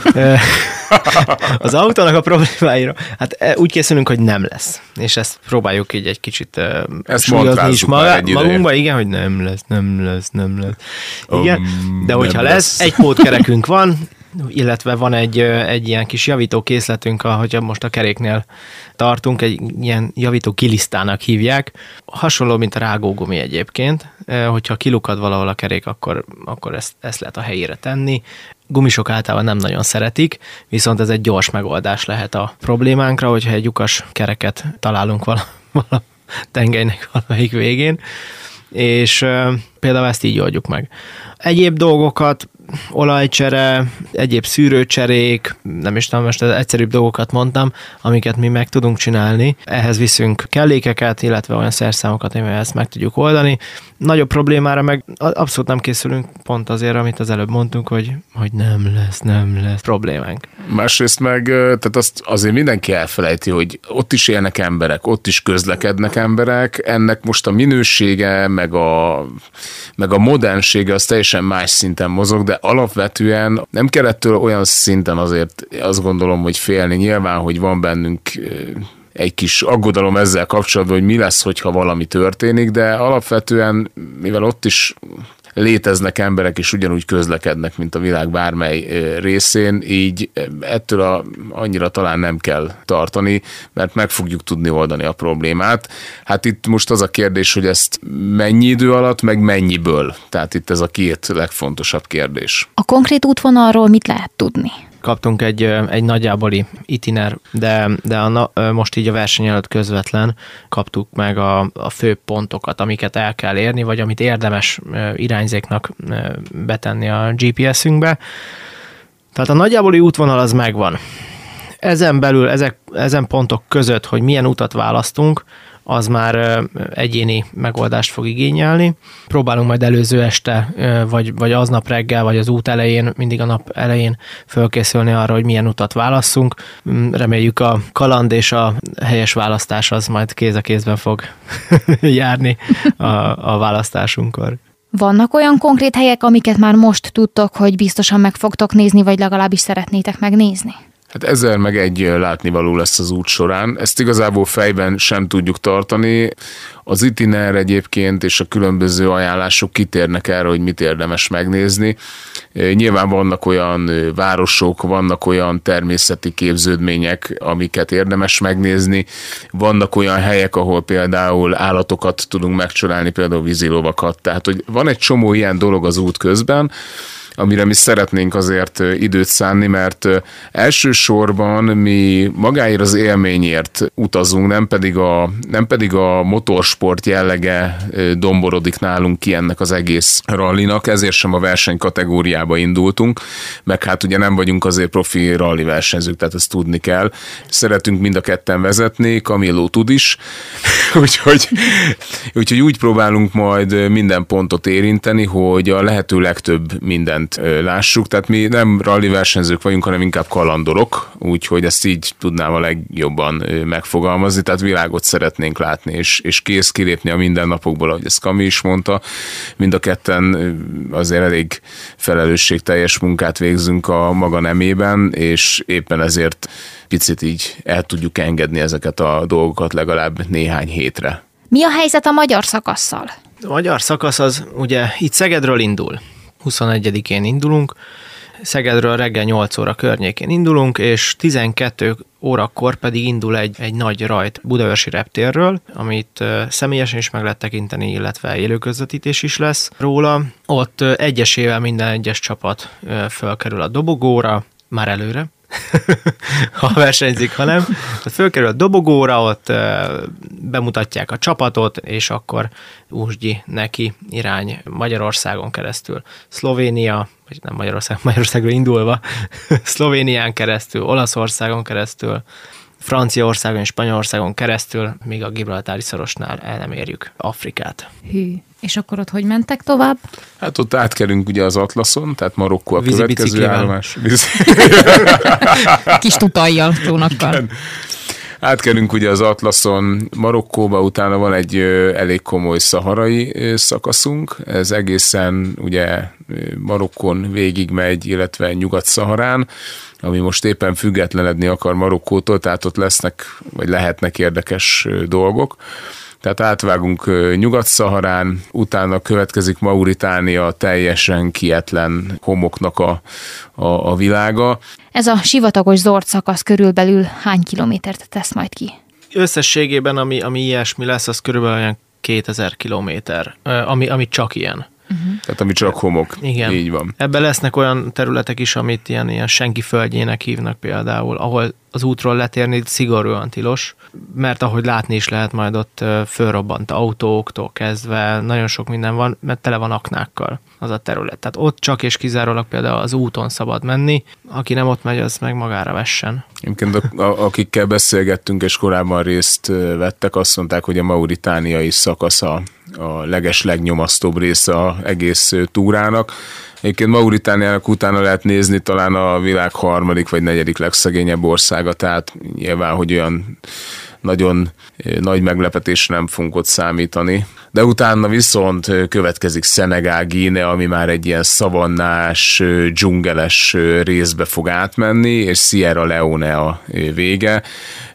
Az autónak a problémáiról, hát úgy készülünk, hogy nem lesz. És ezt próbáljuk így egy kicsit ezt súlyozni is maga, magunkba, igen, hogy nem lesz, nem lesz, nem lesz. Igen, um, de hogyha lesz, lesz, egy pótkerekünk van, illetve van egy, egy ilyen kis javító készletünk, ahogy most a keréknél tartunk, egy ilyen javító kilisztának hívják. Hasonló, mint a rágógumi egyébként, hogyha kilukad valahol a kerék, akkor, akkor ezt, ezt lehet a helyére tenni. Gumisok általában nem nagyon szeretik, viszont ez egy gyors megoldás lehet a problémánkra, hogyha egy lyukas kereket találunk vala, vala tengelynek valamelyik végén, és e, például ezt így oldjuk meg. Egyéb dolgokat, olajcsere, egyéb szűrőcserék, nem is tudom, most az egyszerűbb dolgokat mondtam, amiket mi meg tudunk csinálni. Ehhez viszünk kellékeket, illetve olyan szerszámokat, amivel ezt meg tudjuk oldani. Nagyobb problémára meg abszolút nem készülünk, pont azért, amit az előbb mondtunk, hogy, hogy nem lesz, nem lesz problémánk. Másrészt meg, tehát azt azért mindenki elfelejti, hogy ott is élnek emberek, ott is közlekednek emberek, ennek most a minősége, meg a, meg a modernsége az teljesen más szinten mozog, de alapvetően nem kell ettől olyan szinten azért azt gondolom, hogy félni. Nyilván, hogy van bennünk egy kis aggodalom ezzel kapcsolatban, hogy mi lesz, hogyha valami történik, de alapvetően, mivel ott is léteznek emberek, és ugyanúgy közlekednek, mint a világ bármely részén, így ettől a, annyira talán nem kell tartani, mert meg fogjuk tudni oldani a problémát. Hát itt most az a kérdés, hogy ezt mennyi idő alatt, meg mennyiből. Tehát itt ez a két legfontosabb kérdés. A konkrét útvonalról mit lehet tudni? Kaptunk egy, egy nagyjáboli itiner, de, de a, most így a verseny előtt közvetlen kaptuk meg a, a fő pontokat, amiket el kell érni, vagy amit érdemes irányzéknak betenni a gé pé es-ünkbe. Tehát a nagyjáboli útvonal az megvan. Ezen belül, ezek, ezen pontok között, hogy milyen utat választunk, az már egyéni megoldást fog igényelni. Próbálunk majd előző este, vagy, vagy aznap reggel, vagy az út elején, mindig a nap elején fölkészülni arra, hogy milyen utat válasszunk. Reméljük a kaland és a helyes választás az majd kéz a kézben fog járni a, a választásunkkor. Vannak olyan konkrét helyek, amiket már most tudtok, hogy biztosan meg fogtok nézni, vagy legalábbis szeretnétek megnézni? Hát ezer meg egy látnivaló lesz az út során. Ezt igazából fejben sem tudjuk tartani. Az itiner egyébként és a különböző ajánlások kitérnek erre, hogy mit érdemes megnézni. Nyilván vannak olyan városok, vannak olyan természeti képződmények, amiket érdemes megnézni. Vannak olyan helyek, ahol például állatokat tudunk megcsodálni, például vízilovakat. Tehát, hogy van egy csomó ilyen dolog az út közben, amire mi szeretnénk azért időt szánni, mert elsősorban mi magáért az élményért utazunk, nem pedig a, nem pedig a motorsport jellege domborodik nálunk ki ennek az egész rallinak, ezért sem a verseny kategóriába indultunk, meg hát ugye nem vagyunk azért profi rally versenyzők, tehát ezt tudni kell. Szeretünk mind a ketten vezetni, Camillo tud is, úgyhogy, úgyhogy úgy próbálunk majd minden pontot érinteni, hogy a lehető legtöbb minden lássuk, tehát mi nem rally versenyzők vagyunk, hanem inkább kalandorok, úgyhogy ezt így tudnám a legjobban megfogalmazni, tehát világot szeretnénk látni, és, és kész kilépni a mindennapokból, ahogy ezt Kami is mondta, mind a ketten azért elég felelősségteljes munkát végzünk a maga nemében, és éppen ezért picit így el tudjuk engedni ezeket a dolgokat legalább néhány hétre. Mi a helyzet a magyar szakasszal? A magyar szakasz az ugye itt Szegedről indul. huszonegyedikén indulunk, Szegedről reggel nyolc óra környékén indulunk, és tizenkét órakor pedig indul egy, egy nagy rajt Budaörsi reptérről, amit uh, személyesen is meg lehet tekinteni, illetve élőközvetítés is lesz róla. Ott uh, egyesével minden egyes csapat uh, fölkerül a dobogóra, már előre, ha versenyzik, ha nem. Fölkerül a dobogóra, ott uh, bemutatják a csapatot, és akkor úsgyi neki irány Magyarországon keresztül. Szlovénia, vagy nem Magyarország, Magyarországról indulva, Szlovénián keresztül, Olaszországon keresztül, Franciaországon és Spanyolországon keresztül, míg a Gibraltári szorosnál el nem érjük Afrikát. Hű. És akkor ott hogy mentek tovább? Hát ott átkerünk ugye az Atlaszon, tehát Marokkó a Vízi következő biciklivel. Állomás. Kis tutajjal, csónakkal. Átkerünk ugye az Atlaszon Marokkóba, utána van egy ö, elég komoly szaharai ö, szakaszunk, ez egészen ugye Marokkon végig megy, illetve Nyugat-Szaharán, ami most éppen függetlenedni akar Marokkótól, tehát ott lesznek, vagy lehetnek érdekes ö, dolgok. Tehát átvágunk Nyugat-Szaharán, utána következik Mauritánia, teljesen kietlen homoknak a, a, a világa. Ez a sivatagos zord szakasz körülbelül hány kilométert tesz majd ki? Összességében, ami, ami ilyesmi lesz, az körülbelül olyan kétezer kilométer, ami, ami csak ilyen. Uh-huh. Tehát ami csak homok. Igen. Így van. Ebben lesznek olyan területek is, amit ilyen, ilyen senki földjének hívnak például, ahol az útról letérni szigorúan tilos, mert ahogy látni is lehet majd ott fölrobbant autóktól kezdve, nagyon sok minden van, mert tele van aknákkal az a terület. Tehát ott csak és kizárólag például az úton szabad menni, aki nem ott megy, az meg magára vessen. Egyébként a, a, akikkel beszélgettünk és korábban részt vettek, azt mondták, hogy a mauritániai szakasz a, a leges legnyomasztóbb része az egész túrának. Egyébként Mauritániának utána lehet nézni talán a világ harmadik vagy negyedik legszegényebb országa, tehát nyilván, hogy olyan nagyon nagy meglepetésre nem fogunk ott számítani. De utána viszont következik Szenegál, Guinea, ami már egy ilyen szavannás, dzsungeles részbe fog átmenni, és Sierra Leone a vége.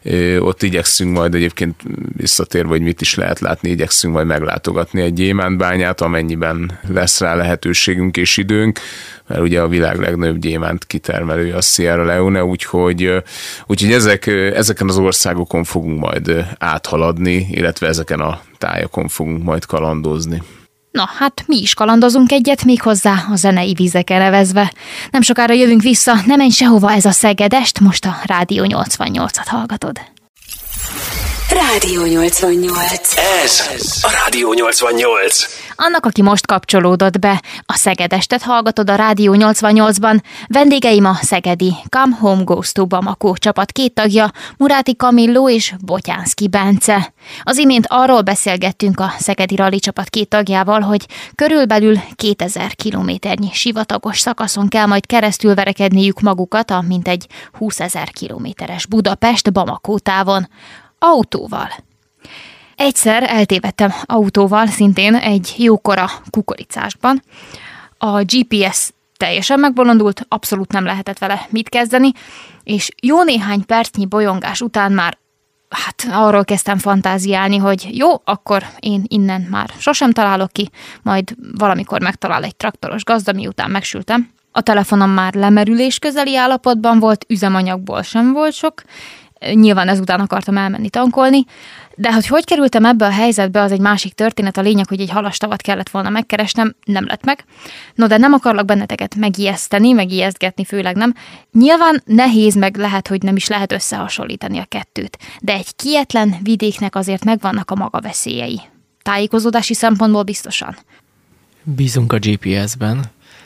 Ott igyekszünk majd egyébként visszatérve, hogy mit is lehet látni, igyekszünk majd meglátogatni egy gyémántbányát, amennyiben lesz rá lehetőségünk és időnk, mert ugye a világ legnagyobb gyémánt kitermelője a Sierra Leone, úgyhogy, úgyhogy ezek, ezeken az országokon fogunk majd áthaladni, illetve ezeken a tájakon fogunk majd kalandozni. Na, hát mi is kalandozunk egyet, méghozzá a zenei vízeken evezve. Nem sokára jövünk vissza, ne menj sehova, ez a Szegedest, most a Rádió nyolcvannyolcat hallgatod. Rádió nyolcvannyolc. Ez a Rádió nyolcvannyolc. Annak, aki most kapcsolódott be, a Szegedestet hallgatod a Rádió nyolcvannyolcban. Vendégeim a szegedi Come Home Goes to Bamako csapat két tagja, Muráti Kamilló és Botyánszky Bence. Az imént arról beszélgettünk a szegedi rali csapat két tagjával, hogy körülbelül kétezer kilométernyi sivatagos szakaszon kell majd keresztül verekedniük magukat a mintegy húszezer kilométeres Budapest-Bamako távon. Autóval. Egyszer eltévedtem autóval, szintén egy jókora kukoricásban. A gé pé es teljesen megbolondult, abszolút nem lehetett vele mit kezdeni, és jó néhány percnyi bolyongás után már hát arról kezdtem fantáziálni, hogy jó, akkor én innen már sosem találok ki, majd valamikor megtalál egy traktoros gazda, miután megsültem. A telefonom már lemerülés közeli állapotban volt, üzemanyagból sem volt sok, nyilván ezután akartam elmenni tankolni, de hogy hogy kerültem ebbe a helyzetbe, az egy másik történet, a lényeg, hogy egy halastavat kellett volna megkeresnem, nem lett meg. No, de nem akarlak benneteket megijeszteni, megijesztgetni, főleg nem. Nyilván nehéz, meg lehet, hogy nem is lehet összehasonlítani a kettőt, de egy kietlen vidéknek azért megvannak a maga veszélyei. Tájékozódási szempontból biztosan. Bízunk a gé pé es-ben.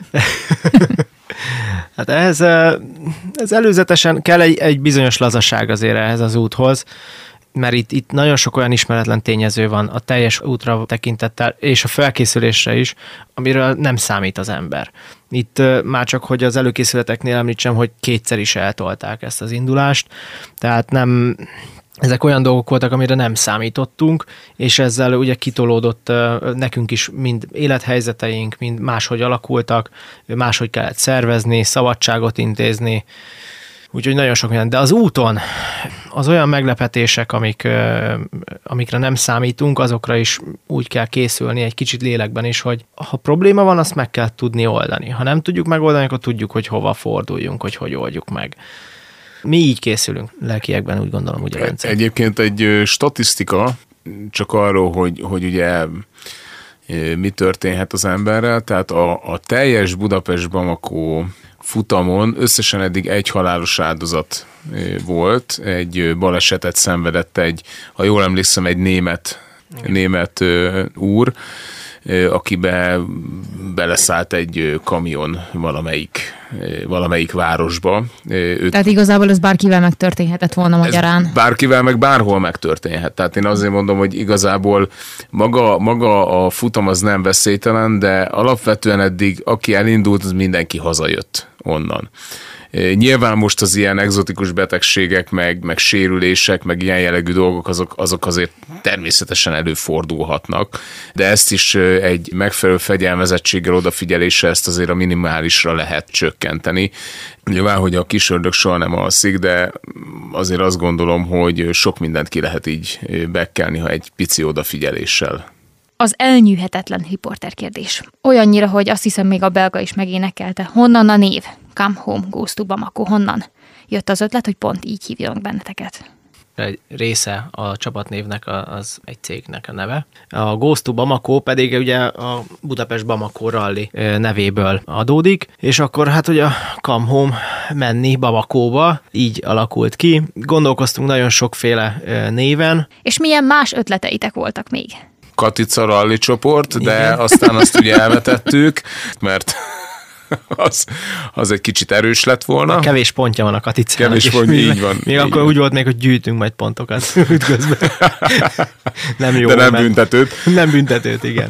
Hát ehhez, ez előzetesen kell egy, egy bizonyos lazaság azért ehhez az úthoz, mert itt, itt nagyon sok olyan ismeretlen tényező van a teljes útra tekintettel, és a felkészülésre is, amiről nem számít az ember. Itt már csak, hogy az előkészületeknél említsem, hogy kétszer is eltolták ezt az indulást, tehát nem... Ezek olyan dolgok voltak, amire nem számítottunk, és ezzel ugye kitolódott nekünk is mind élethelyzeteink, mind máshogy alakultak, máshogy kellett szervezni, szabadságot intézni, úgyhogy nagyon sok minden. De az úton az olyan meglepetések, amik, amikre nem számítunk, azokra is úgy kell készülni egy kicsit lélekben is, hogy ha probléma van, azt meg kell tudni oldani. Ha nem tudjuk megoldani, akkor tudjuk, hogy hova forduljunk, hogy hogy oldjuk meg. Mi így készülünk lelkiekben, úgy gondolom, ugye rendszer. Egyébként egy statisztika, csak arról, hogy, hogy ugye mi történhet az emberrel, tehát a, a teljes Budapest-Bamako futamon összesen eddig egy halálos áldozat volt, egy balesetet szenvedett egy, ha jól emlékszem, egy német, német úr, akibe beleszállt egy kamion valamelyik, valamelyik városba. Őt, Tehát igazából ez bárkivel megtörténhetett volna magyarán. Bárkivel meg bárhol megtörténhet. Tehát én azért mondom, hogy igazából maga, maga a futam az nem veszélytelen, de alapvetően eddig aki elindult, az mindenki hazajött onnan. Nyilván most az ilyen egzotikus betegségek, meg, meg sérülések, meg ilyen jellegű dolgok, azok, azok azért természetesen előfordulhatnak, de ezt is egy megfelelő fegyelmezettséggel, odafigyeléssel ezt azért a minimálisra lehet csökkenteni. Nyilván, hogy a kis ördög soha nem alszik, de azért azt gondolom, hogy sok mindent ki lehet így bekkelni, ha egy pici odafigyeléssel. Az elnyűhetetlen riporter kérdés. Olyannyira, hogy azt hiszem még a belga is megénekelte. Honnan a név? Come Home Goes to Bamako. Honnan jött az ötlet, hogy pont így hívjanak benneteket? Egy része a csapatnévnek az egy cégnek a neve. A Goes to Bamako pedig ugye a Budapest Bamako Rally nevéből adódik, és akkor hát ugye a Come Home menni Bamakóba, így alakult ki. Gondolkoztunk nagyon sokféle néven. És milyen más ötleteitek voltak még? Katica rally csoport, de igen. Aztán azt ugye elvetettük, mert az, az egy kicsit erős lett volna. Kevés pontja van a Katicának. Kevés pontja, így van. Még akkor van. Úgy volt még, hogy gyűjtünk majd pontokat útközben. Nem jó. De nem büntetőt. Nem büntetőt, igen.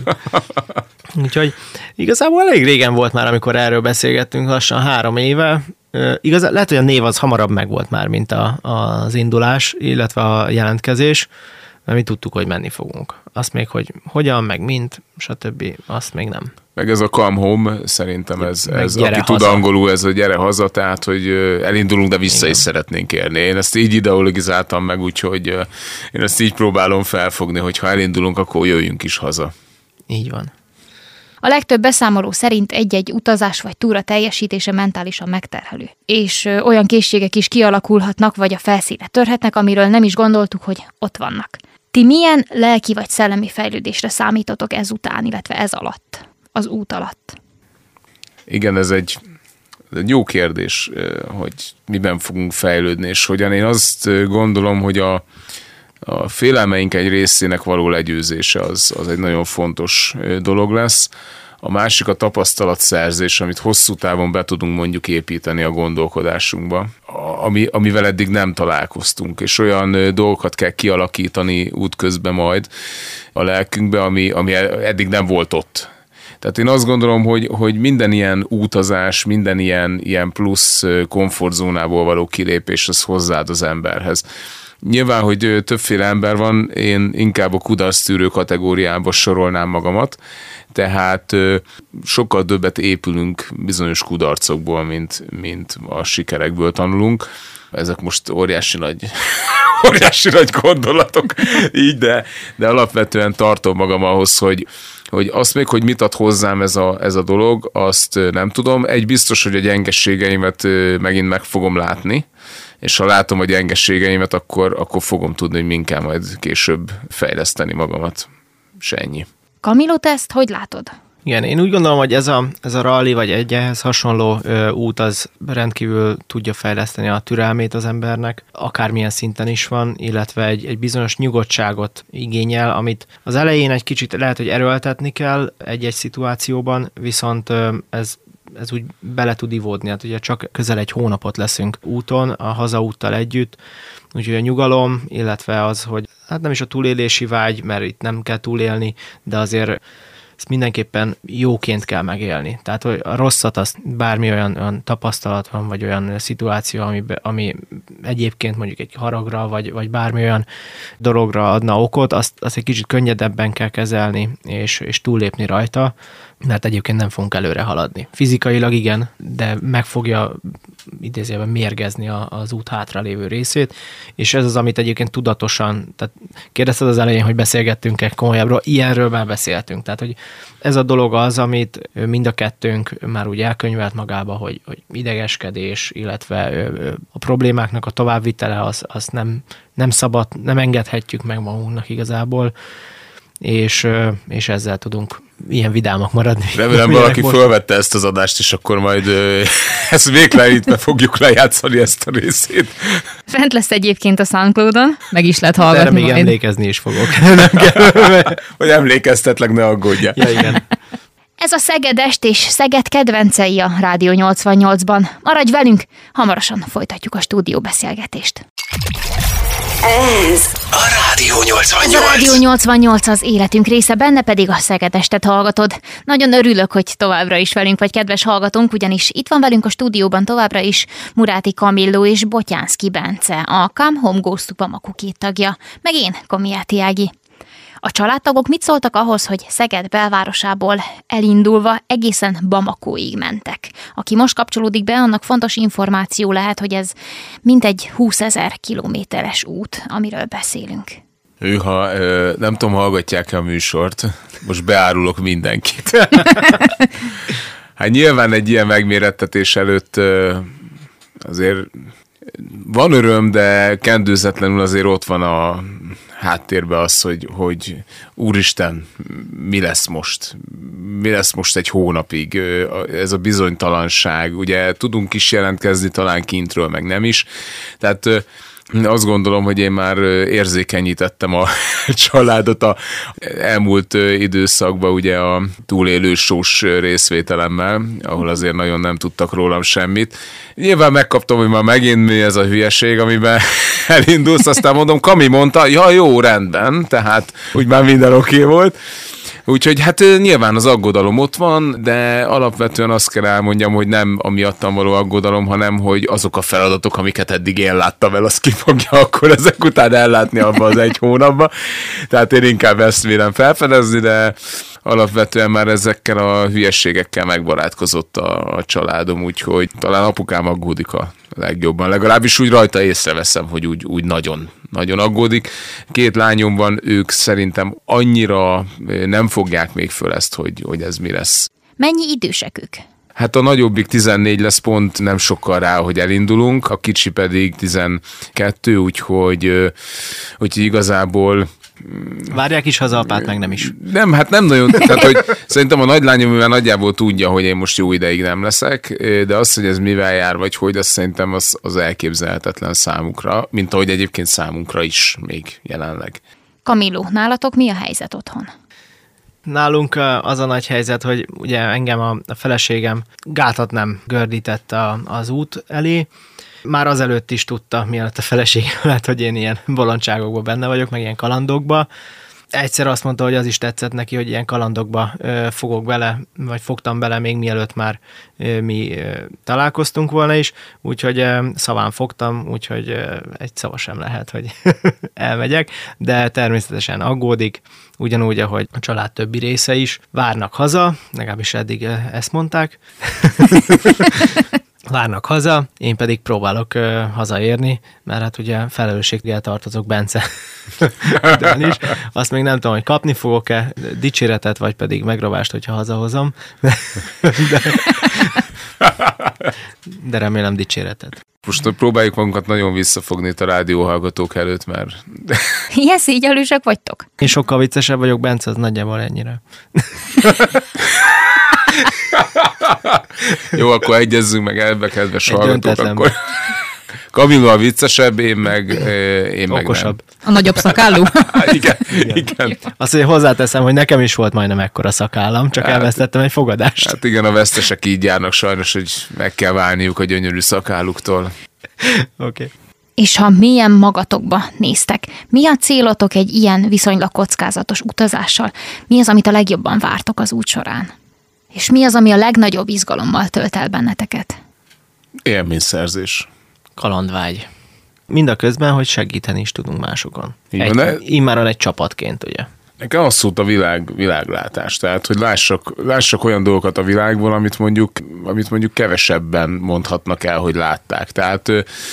Úgyhogy igazából elég régen volt már, amikor erről beszélgettünk, lassan három éve. Igaz, lehet, hogy a név az hamarabb megvolt már, mint a, az indulás, illetve a jelentkezés, mert mi tudtuk, hogy menni fogunk. Azt még, hogy hogyan, meg mint, stb. Azt még nem. Meg ez a Come Home, szerintem ez, ez aki haza. Tud angolul, ez a gyere haza, tehát, hogy elindulunk, de vissza Igen. is szeretnénk érni. Én ezt így ideologizáltam meg, úgyhogy én ezt így próbálom felfogni, hogy ha elindulunk, akkor jöjjünk is haza. Így van. A legtöbb beszámoló szerint egy-egy utazás vagy túra teljesítése mentálisan megterhelő. És ö, olyan készségek is kialakulhatnak, vagy a felszíne törhetnek, amiről nem is gondoltuk, hogy ott vannak. Ti milyen lelki vagy szellemi fejlődésre számítotok ezután, illetve ez alatt, az út alatt? Igen, ez egy, egy jó kérdés, hogy miben fogunk fejlődni, és hogyan. Én azt gondolom, hogy a a félelmeink egy részének való legyőzése az, az egy nagyon fontos dolog lesz. A másik a tapasztalatszerzés, amit hosszú távon be tudunk mondjuk építeni a gondolkodásunkba, ami, amivel eddig nem találkoztunk, és olyan dolgokat kell kialakítani útközben majd a lelkünkbe, ami, ami eddig nem volt ott. Tehát én azt gondolom, hogy, hogy minden ilyen utazás, minden ilyen, ilyen plusz komfortzónából való kilépés, az hozzáad az emberhez. Nyilván, hogy többféle ember van, én inkább a kudarctűrő kategóriába sorolnám magamat, tehát sokkal többet épülünk bizonyos kudarcokból, mint, mint a sikerekből tanulunk. Ezek most óriási nagy, óriási nagy gondolatok, így, de, de alapvetően tartom magam ahhoz, hogy hogy azt még, hogy mit ad hozzám ez a, ez a dolog, azt nem tudom. Egy biztos, hogy a gyengeségeimet megint meg fogom látni, és ha látom a gyengeségeimet, akkor, akkor fogom tudni, hogy min kell majd később fejleszteni magamat. Se ennyi. Camillo, te ezt hogy látod? Igen, én úgy gondolom, hogy ez a, ez a rally, vagy egy ehhez hasonló ö, út, az rendkívül tudja fejleszteni a türelmét az embernek, akármilyen szinten is van, illetve egy, egy bizonyos nyugodtságot igényel, amit az elején egy kicsit lehet, hogy erőltetni kell egy-egy szituációban, viszont ö, ez ez úgy bele tud ivódni, hát ugye csak közel egy hónapot leszünk úton, a hazaúttal együtt, úgyhogy a nyugalom, illetve az, hogy hát nem is a túlélési vágy, mert itt nem kell túlélni, de azért ezt mindenképpen jóként kell megélni. Tehát, hogy a rosszat, az bármi olyan, olyan tapasztalat van, vagy olyan szituáció, ami, ami egyébként mondjuk egy haragra, vagy, vagy bármi olyan dologra adna okot, azt, azt egy kicsit könnyedebben kell kezelni, és, és túllépni rajta, mert egyébként nem fogunk előre haladni. Fizikailag igen, de meg fogja idézőjelben mérgezni a, az út hátralévő részét, és ez az, amit egyébként tudatosan, tehát kérdezted az elején, hogy beszélgettünk-e komolyabbról, ilyenről már beszéltünk, tehát hogy ez a dolog az, amit mind a kettőnk már úgy elkönyvelt magába, hogy, hogy idegeskedés, illetve a problémáknak a továbbvitele, az, az nem, nem szabad, nem engedhetjük meg magunknak igazából, és, és ezzel tudunk ilyen vidámak maradni. Remélem valaki most fölvette ezt az adást, és akkor majd ezt végtelenítve fogjuk lejátszani ezt a részét. Fent lesz egyébként a SoundCloudon, meg is lehet hallgatni. Erre még majd. Emlékezni is fogok. Vagy emlékeztetlek, ne aggódjál. Ja, igen. Ez a Szegedest és Szeged kedvencei a Rádió nyolcvannyolcban. Maradj velünk, hamarosan folytatjuk a stúdióbeszélgetést. Ez a Rádió Ez nyolcvannyolc. a Rádió nyolcvannyolc az életünk része, benne pedig a Szegedestet hallgatod. Nagyon örülök, hogy továbbra is velünk vagy, kedves hallgatónk, ugyanis itt van velünk a stúdióban továbbra is Muráti Camillo és Botyánszky Bence, a Come Home Goes to Bamako két tagja, meg én, Komiáti Ági. A családtagok mit szóltak ahhoz, hogy Szeged belvárosából elindulva egészen Bamakóig mentek? Aki most kapcsolódik be, annak fontos információ lehet, hogy ez mintegy húszezer kilométeres út, amiről beszélünk. Hűha, nem tudom, hallgatják-e a műsort. Most beárulok mindenkit. Hát nyilván egy ilyen megmérettetés előtt azért van öröm, de kendőzetlenül azért ott van a háttérben az, hogy, hogy úristen, mi lesz most? Mi lesz most egy hónapig? Ez a bizonytalanság, ugye tudunk is jelentkezni talán kintről, meg nem is. Tehát azt gondolom, hogy én már érzékenyítettem a családot a elmúlt időszakban ugye a túlélő sós részvételemmel, ahol azért nagyon nem tudtak rólam semmit. Nyilván megkaptam, hogy már megint mi ez a hülyeség, amiben elindulsz, aztán mondom, Kami mondta, ja jó, rendben, tehát úgy már minden oké okay volt. Úgyhogy hát nyilván az aggodalom ott van, de alapvetően azt kell elmondjam, hogy nem amiattam való aggodalom, hanem hogy azok a feladatok, amiket eddig én láttam el, azt ki fogja akkor ezek után ellátni abban az egy hónapban. Tehát én inkább ezt vélem felfedezni, de alapvetően már ezekkel a hülyességekkel megbarátkozott a, a családom, úgyhogy talán apukám aggódik a legjobban. Legalábbis úgy rajta észreveszem, hogy úgy, úgy nagyon, nagyon aggódik. Két lányom van, ők szerintem annyira nem fogják még föl ezt, hogy, hogy ez mi lesz. Mennyi idősek ők? Hát a nagyobbik tizennégy lesz, pont nem sokkal rá, hogy elindulunk, a kicsi pedig tizenkettő, úgyhogy, úgyhogy igazából Várják is haza apát, meg nem is. Nem, hát nem nagyon, tehát hogy szerintem a nagylányom mivel nagyjából tudja, hogy én most jó ideig nem leszek, de az, hogy ez mivel jár, vagy hogy, azt szerintem az, az elképzelhetetlen számukra, mint ahogy egyébként számunkra is még jelenleg. Camillo, nálatok mi a helyzet otthon? Nálunk az a nagy helyzet, hogy ugye engem a feleségem gátat nem gördített a, az út elé. Már azelőtt is tudta, mielőtt a feleségem lett, hogy én ilyen bolondságokban benne vagyok, meg ilyen kalandokba. Egyszer azt mondta, hogy az is tetszett neki, hogy ilyen kalandokba ö, fogok bele, vagy fogtam bele még mielőtt már ö, mi ö, találkoztunk volna is, úgyhogy ö, szaván fogtam, úgyhogy ö, egy szava sem lehet, hogy elmegyek, de természetesen aggódik, ugyanúgy, ahogy a család többi része is. Várnak haza, legalábbis eddig ö, ezt mondták. Várnak haza, én pedig próbálok uh, hazaérni, mert hát ugye felelősséggel tartozok Bence is. Azt még nem tudom, hogy kapni fogok-e dicséretet, vagy pedig megravást, hogyha hazahozom. De, de, de remélem dicséretet. Most próbáljuk magunkat nagyon visszafogni itt a rádióhallgatók előtt, mert... Ilyen szígyelősek vagytok? Én sokkal viccesebb vagyok, Bence, az nagyjából ennyire. Jó, akkor egyezzünk meg ebbe, kedves hallgatók, akkor Camillo a viccesebb, én meg, én meg okosabb. Nem. A nagyobb szakállú? igen, igen. igen. Azt, hogy hozzáteszem, hogy nekem is volt majdnem ekkora szakállam, csak hát, elvesztettem egy fogadást. Hát igen, a vesztesek így járnak sajnos, hogy meg kell válniuk a gyönyörű szakálluktól. Oké. Okay. És ha mélyen magatokba néztek, mi a célotok egy ilyen viszonylag kockázatos utazással? Mi az, amit a legjobban vártok az út során? És mi az, ami a legnagyobb izgalommal tölt el benneteket? Élményszerzés. Kalandvágy. Mindaközben, hogy segíteni is tudunk másokon. Egy, ne... Immáron egy csapatként, ugye? Nekem az szólt a világ, világlátás, tehát, hogy lássak, lássak olyan dolgokat a világból, amit mondjuk, amit mondjuk kevesebben mondhatnak el, hogy látták. Tehát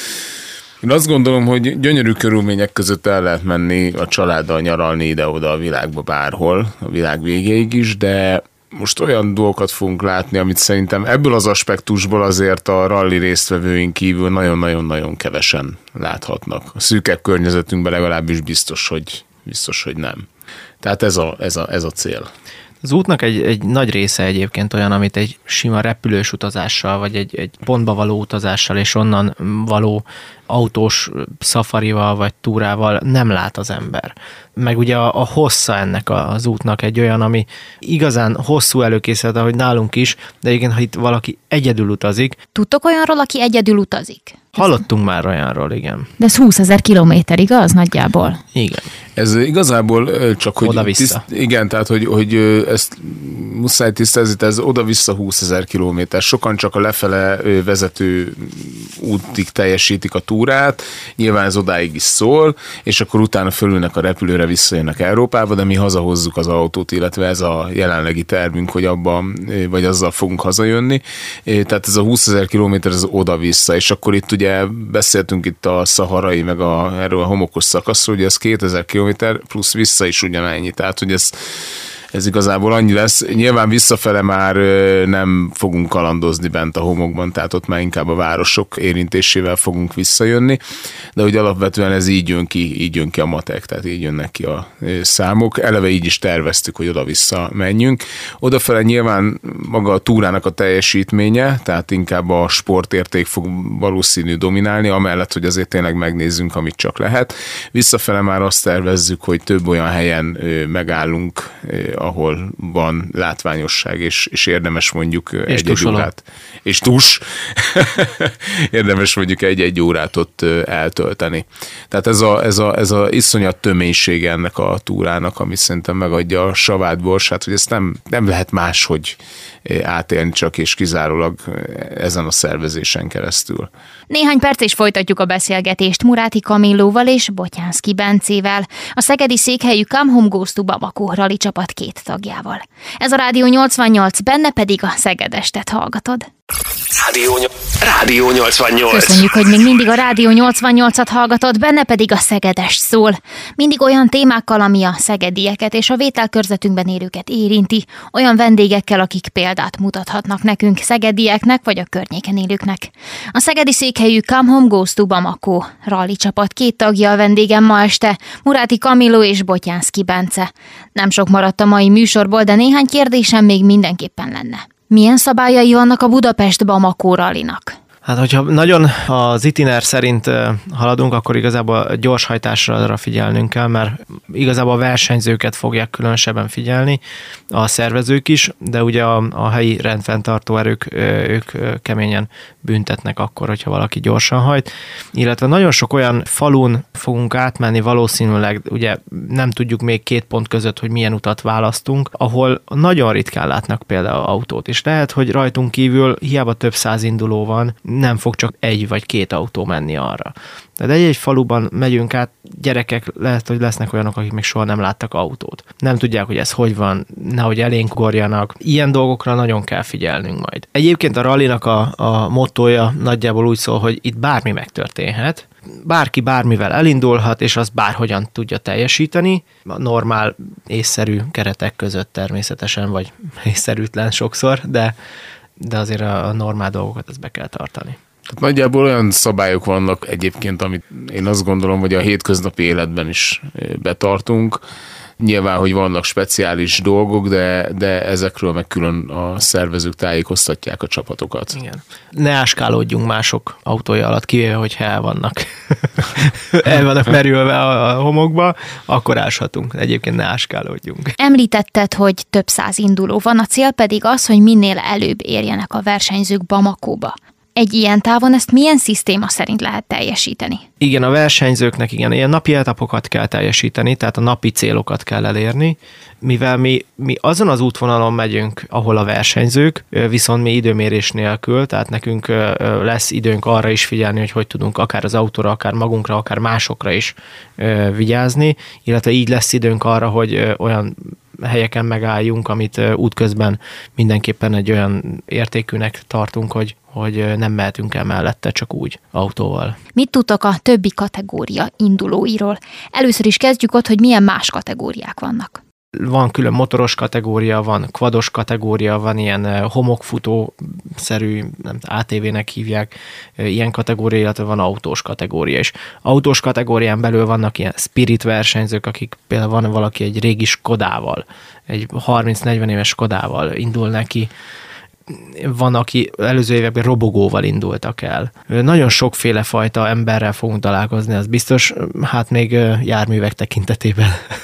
én azt gondolom, hogy gyönyörű körülmények között el lehet menni a családdal nyaralni ide-oda a világba bárhol, a világ végéig is, de most olyan dolgokat fogunk látni, amit szerintem ebből az aspektusból azért a rally résztvevőink kívül nagyon-nagyon-nagyon kevesen láthatnak. A szűkebb környezetünkben legalábbis biztos, hogy, biztos, hogy nem. Tehát ez a, ez a, ez a cél. Az útnak egy, egy nagy része egyébként olyan, amit egy sima repülős utazással, vagy egy, egy pontba való utazással, és onnan való autós szafarival, vagy túrával nem lát az ember. Meg ugye a, a hossza ennek az útnak egy olyan, ami igazán hosszú előkészület, ahogy nálunk is, de igen, ha itt valaki egyedül utazik. Tudtok olyanról, aki egyedül utazik? Hallottunk már olyanról, igen. De ez húszezer kilométer, igaz? Nagyjából. Igen. Ez igazából csak, hogy... Oda-vissza. Tiszt, igen, tehát, hogy, hogy ezt muszáj tisztázni, ez oda-vissza húszezer kilométer. Sokan csak a lefele vezető útig teljesítik a túrát, nyilván ez odáig is szól, és akkor utána fölülnek a repülőre, visszajönnek Európába, de mi hazahozzuk az autót, illetve ez a jelenlegi tervünk, hogy abban, vagy azzal fogunk hazajönni. Tehát ez a húszezer kilométer, ez oda-vissza, és akkor itt ugye beszéltünk itt a szaharai, meg a, erről a homokos szakaszról, hogy ez kétezer kilométer plusz vissza is ugyanennyi, tehát hogy ez Ez igazából annyi lesz. Nyilván visszafele már nem fogunk kalandozni bent a homokban, tehát ott már inkább a városok érintésével fogunk visszajönni, de hogy alapvetően ez így jön ki, így jön ki a matek, tehát így jönnek ki a számok. Eleve így is terveztük, hogy oda-vissza menjünk. Odafele nyilván maga a túrának a teljesítménye, tehát inkább a sportérték fog valószínű dominálni, amellett, hogy azért tényleg megnézzünk, amit csak lehet. Visszafele már azt tervezzük, hogy több olyan helyen megállunk, ahol van látványosság, és, és érdemes mondjuk és egy-egy órát. És tus. érdemes mondjuk egy-egy órát ott eltölteni. Tehát ez a, ez a, ez a iszonyat töménysége ennek a túrának, ami szerintem megadja a savát borsát, hogy ezt nem, nem lehet máshogy átélni, csak és kizárólag ezen a szervezésen keresztül. Néhány perc és folytatjuk a beszélgetést Muráti Camillóval és Botyánszky Bencével, a szegedi székhelyű Come Home Goes to Bamako rali csapat két tagjával. Ez a Rádió nyolcvannyolc, benne pedig a Szegedestet hallgatod. Rádió, Rádió nyolcvannyolc. Köszönjük, hogy még mindig a Rádió nyolcvannyolcat hallgatod, benne pedig a Szegedes szól. Mindig olyan témákkal, ami a szegedieket és a vételkörzetünkben élőket érinti, olyan vendégekkel, akik példát mutathatnak nekünk, szegedieknek vagy a környéken élőknek. A szegedi székhelyű Come Home Goes to Bamako rally csapat két tagja a vendégem ma este, Muráti Kamiló és Botyánszky Bence. Nem sok maradt a mai műsorból, de néhány kérdésem még mindenképpen lenne. Milyen szabályai vannak a Budapest-Bamako rallinak? Hát, hogyha nagyon az itiner szerint haladunk, akkor igazából gyorshajtásra arra figyelnünk kell, mert igazából a versenyzőket fogják különösebben figyelni, a szervezők is, de ugye a, a helyi rendfenntartó erők, ők keményen büntetnek akkor, hogyha valaki gyorsan hajt. Illetve nagyon sok olyan falun fogunk átmenni, valószínűleg ugye nem tudjuk még két pont között, hogy milyen utat választunk, ahol nagyon ritkán látnak például autót, és lehet, hogy rajtunk kívül hiába több száz induló van, nem fog csak egy vagy két autó menni arra. De egy-egy faluban megyünk át, gyerekek lehet, hogy lesznek olyanok, akik még soha nem láttak autót. Nem tudják, hogy ez hogy van, nehogy elénk ugorjanak. Ilyen dolgokra nagyon kell figyelnünk majd. Egyébként a rallinak a, a mottója nagyjából úgy szól, hogy itt bármi megtörténhet, bárki bármivel elindulhat, és azt bárhogyan tudja teljesíteni, a normál, észszerű keretek között természetesen, vagy észszerűtlen sokszor, de de azért a normál dolgokat ezt be kell tartani. Tehát nagyjából olyan szabályok vannak egyébként, amit én azt gondolom, hogy a hétköznapi életben is betartunk. Nyilván, hogy vannak speciális dolgok, de, de ezekről meg külön a szervezők tájékoztatják a csapatokat. Igen. Ne áskálódjunk mások autója alatt, kivéve, hogyha el vannak, el vannak merülve a, a homokba, akkor áshatunk. Egyébként ne áskálódjunk. Említetted, hogy több száz induló van, a cél pedig az, hogy minél előbb érjenek a versenyzők Bamakóba. Egy ilyen távon ezt milyen szisztéma szerint lehet teljesíteni? Igen, a versenyzőknek igen, ilyen napi etapokat kell teljesíteni, tehát a napi célokat kell elérni, mivel mi, mi azon az útvonalon megyünk, ahol a versenyzők, viszont mi időmérés nélkül, tehát nekünk lesz időnk arra is figyelni, hogy hogy tudunk akár az autóra, akár magunkra, akár másokra is vigyázni, illetve így lesz időnk arra, hogy olyan helyeken megálljunk, amit útközben mindenképpen egy olyan értékűnek tartunk, hogy, hogy nem mehetünk el mellette csak úgy autóval. Mit tudtok a többi kategória indulóiról? Először is kezdjük ott, hogy milyen más kategóriák vannak. Van külön motoros kategória, van quados kategória, van ilyen homokfutó-szerű, nem á té vé-nek hívják, ilyen kategória, illetve van autós kategória is. Autós kategórián belül vannak ilyen spirit versenyzők, akik például van valaki egy régi Skodával, egy harminc-negyven éves Skodával indul neki, van, aki előző években robogóval indultak el. Nagyon sokféle fajta emberrel fogunk találkozni, az biztos, hát még járművek tekintetében.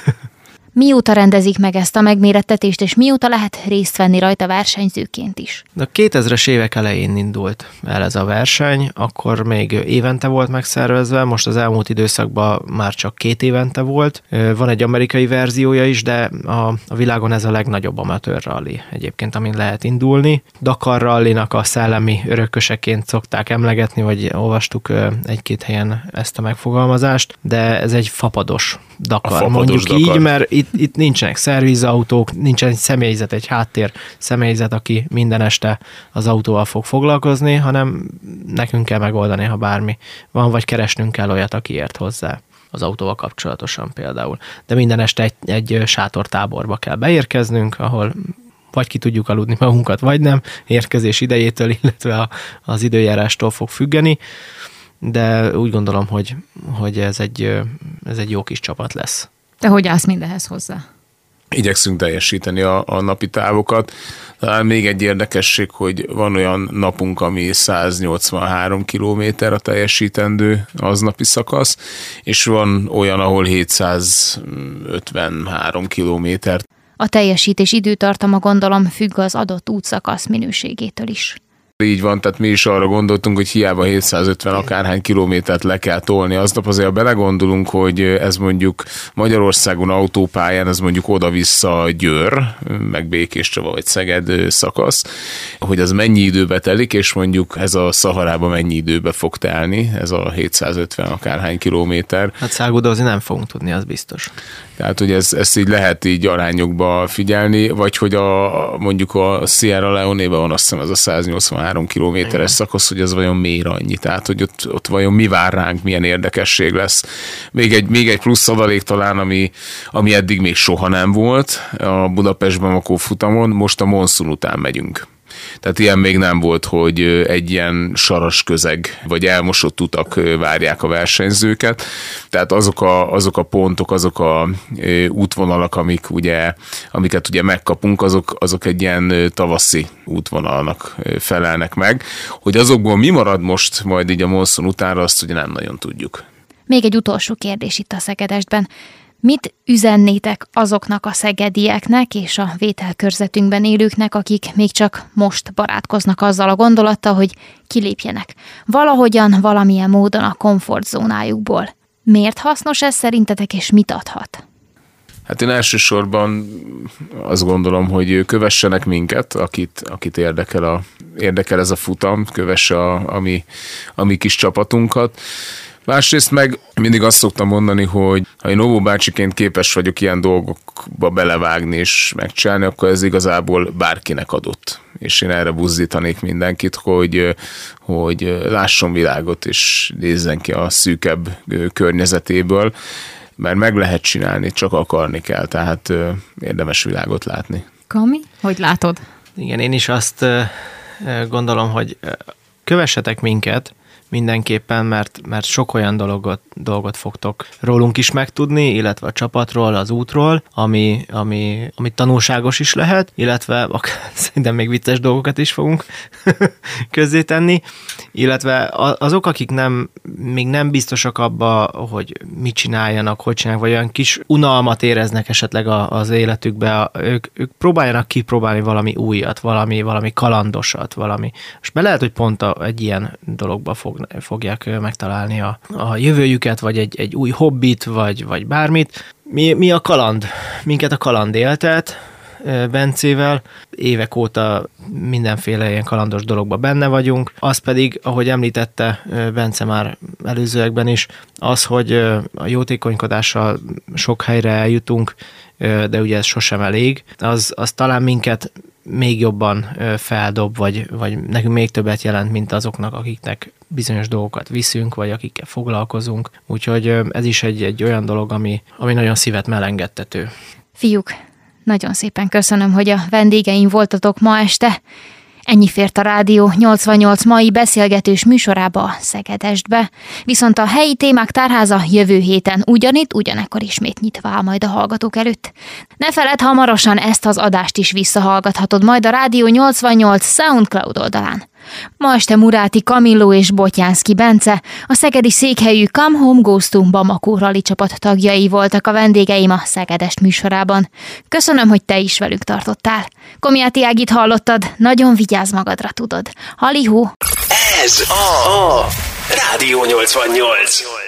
Mióta rendezik meg ezt a megmérettetést, és mióta lehet részt venni rajta versenyzőként is? A kétezres évek elején indult el ez a verseny, akkor még évente volt megszervezve, most az elmúlt időszakban már csak két évente volt. Van egy amerikai verziója is, de a, a világon ez a legnagyobb amatőr rally egyébként, amin lehet indulni. Dakar rallynak a szellemi örököseként szokták emlegetni, vagy olvastuk egy-két helyen ezt a megfogalmazást, de ez egy fapados Dakar, fapados mondjuk Dakar. Így, mert itt, itt nincsenek szervizautók, nincsen egy személyzet, egy háttér személyzet, aki minden este az autóval fog foglalkozni, hanem nekünk kell megoldani, ha bármi van, vagy keresnünk kell olyat, aki ért hozzá az autóval kapcsolatosan például. De minden este egy, egy sátortáborba kell beérkeznünk, ahol vagy ki tudjuk aludni magunkat, vagy nem, érkezés idejétől, illetve a, az időjárástól fog függeni, de úgy gondolom, hogy, hogy ez, egy, ez egy jó kis csapat lesz. Te hogy állsz mindenhez hozzá? Igyekszünk teljesíteni a, a napi távokat. Talán még egy érdekesség, hogy van olyan napunk, ami száznyolcvanhárom kilométer a teljesítendő aznapi szakasz, és van olyan, ahol hétszázötvenhárom kilométer. A teljesítés időtartama gondolom függ az adott útszakasz minőségétől is. Így van, tehát mi is arra gondoltunk, hogy hiába hétszázötven akárhány kilométert le kell tolni aznap, azért ha belegondolunk, hogy ez mondjuk Magyarországon autópályán, ez mondjuk oda-vissza Győr, meg Békéscsaba vagy Szeged szakasz, hogy az mennyi időbe telik, és mondjuk ez a Szaharában mennyi időbe fog telni, ez a hétszázötven akárhány kilométer. Hát száguldozni nem fogunk tudni, az biztos. Tehát, hogy ez, ezt így lehet így arányokba figyelni, vagy hogy a, mondjuk a Sierra Leone-ben van azt hiszem ez a száznyolcvanhárom huszonhárom kilométeres szakasz, hogy az vajon miért annyi, tehát hogy ott, ott vajon mi vár ránk, milyen érdekesség lesz. Még egy, még egy plusz adalék talán, ami, ami eddig még soha nem volt a Budapest-Bamako futamon, most a monszun után megyünk. Tehát ilyen még nem volt, hogy egy ilyen saras közeg, vagy elmosott utak várják a versenyzőket. Tehát azok a, azok a pontok, azok a útvonalak, amik ugye, amiket ugye megkapunk, azok, azok egy ilyen tavaszi útvonalnak felelnek meg. Hogy azokból mi marad most majd így a monszun utánra, azt ugye nem nagyon tudjuk. Még egy utolsó kérdés itt a Szegedestben. Mit üzennétek azoknak a szegedieknek és a vételkörzetünkben élőknek, akik még csak most barátkoznak azzal a gondolattal, hogy kilépjenek valahogyan, valamilyen módon a komfortzónájukból? Miért hasznos ez szerintetek, és mit adhat? Hát én elsősorban azt gondolom, hogy kövessenek minket, akit, akit érdekel, a, érdekel ez a futam, kövesse a, a, mi, a mi kis csapatunkat. Másrészt meg mindig azt szoktam mondani, hogy ha én Óvó bácsiként képes vagyok ilyen dolgokba belevágni és megcsinálni, akkor ez igazából bárkinek adott. És én erre buzdítanék mindenkit, hogy, hogy lásson világot és nézzen ki a szűkebb környezetéből, mert meg lehet csinálni, csak akarni kell, tehát érdemes világot látni. Kami, hogy látod? Igen, én is azt gondolom, hogy kövessetek minket, mindenképpen, mert, mert sok olyan dolgot, dolgot fogtok rólunk is megtudni, illetve a csapatról, az útról, ami, ami, ami tanulságos is lehet, illetve akár, szerintem még vicces dolgokat is fogunk közzétenni, illetve azok, akik nem, még nem biztosak abba, hogy mit csináljanak, hogy csinálják, vagy olyan kis unalmat éreznek esetleg a, az életükbe, ők, ők próbáljanak kipróbálni valami újat, valami, valami kalandosat, valami. Most be lehet, hogy pont a, egy ilyen dologba fog fogják megtalálni a, a jövőjüket, vagy egy, egy új hobbit, vagy, vagy bármit. Mi, mi a kaland? Minket a kaland éltet Bencével. Évek óta mindenféle ilyen kalandos dologban benne vagyunk. Az pedig, ahogy említette Bence már előzőekben is, az, hogy a jótékonykodással sok helyre eljutunk, de ugye ez sosem elég, az, az talán minket még jobban feldob, vagy, vagy nekünk még többet jelent, mint azoknak, akiknek bizonyos dolgokat viszünk, vagy akikkel foglalkozunk. Úgyhogy ez is egy, egy olyan dolog, ami, ami nagyon szívet melengettető. Fiúk, nagyon szépen köszönöm, hogy a vendégeim voltatok ma este. Ennyi fért a Rádió nyolcvannyolc mai beszélgetős műsorába a Szegedestbe. Viszont a helyi témák tárháza jövő héten ugyanitt, ugyanekkor ismét nyitva áll majd a hallgatók előtt. Ne feledd, hamarosan ezt az adást is visszahallgathatod majd a Rádió nyolcvannyolc SoundCloud oldalán. Ma este Muráti Kamilló és Botyánszky Bence, a szegedi székhelyű Come Home Goes to Bamako rali csapat tagjai voltak a vendégeim a Szegedest műsorában. Köszönöm, hogy te is velük tartottál. Komjáti Ágit hallottad, nagyon vigyázz magadra, tudod. Halihó! Ez a, a Rádió nyolcvannyolc.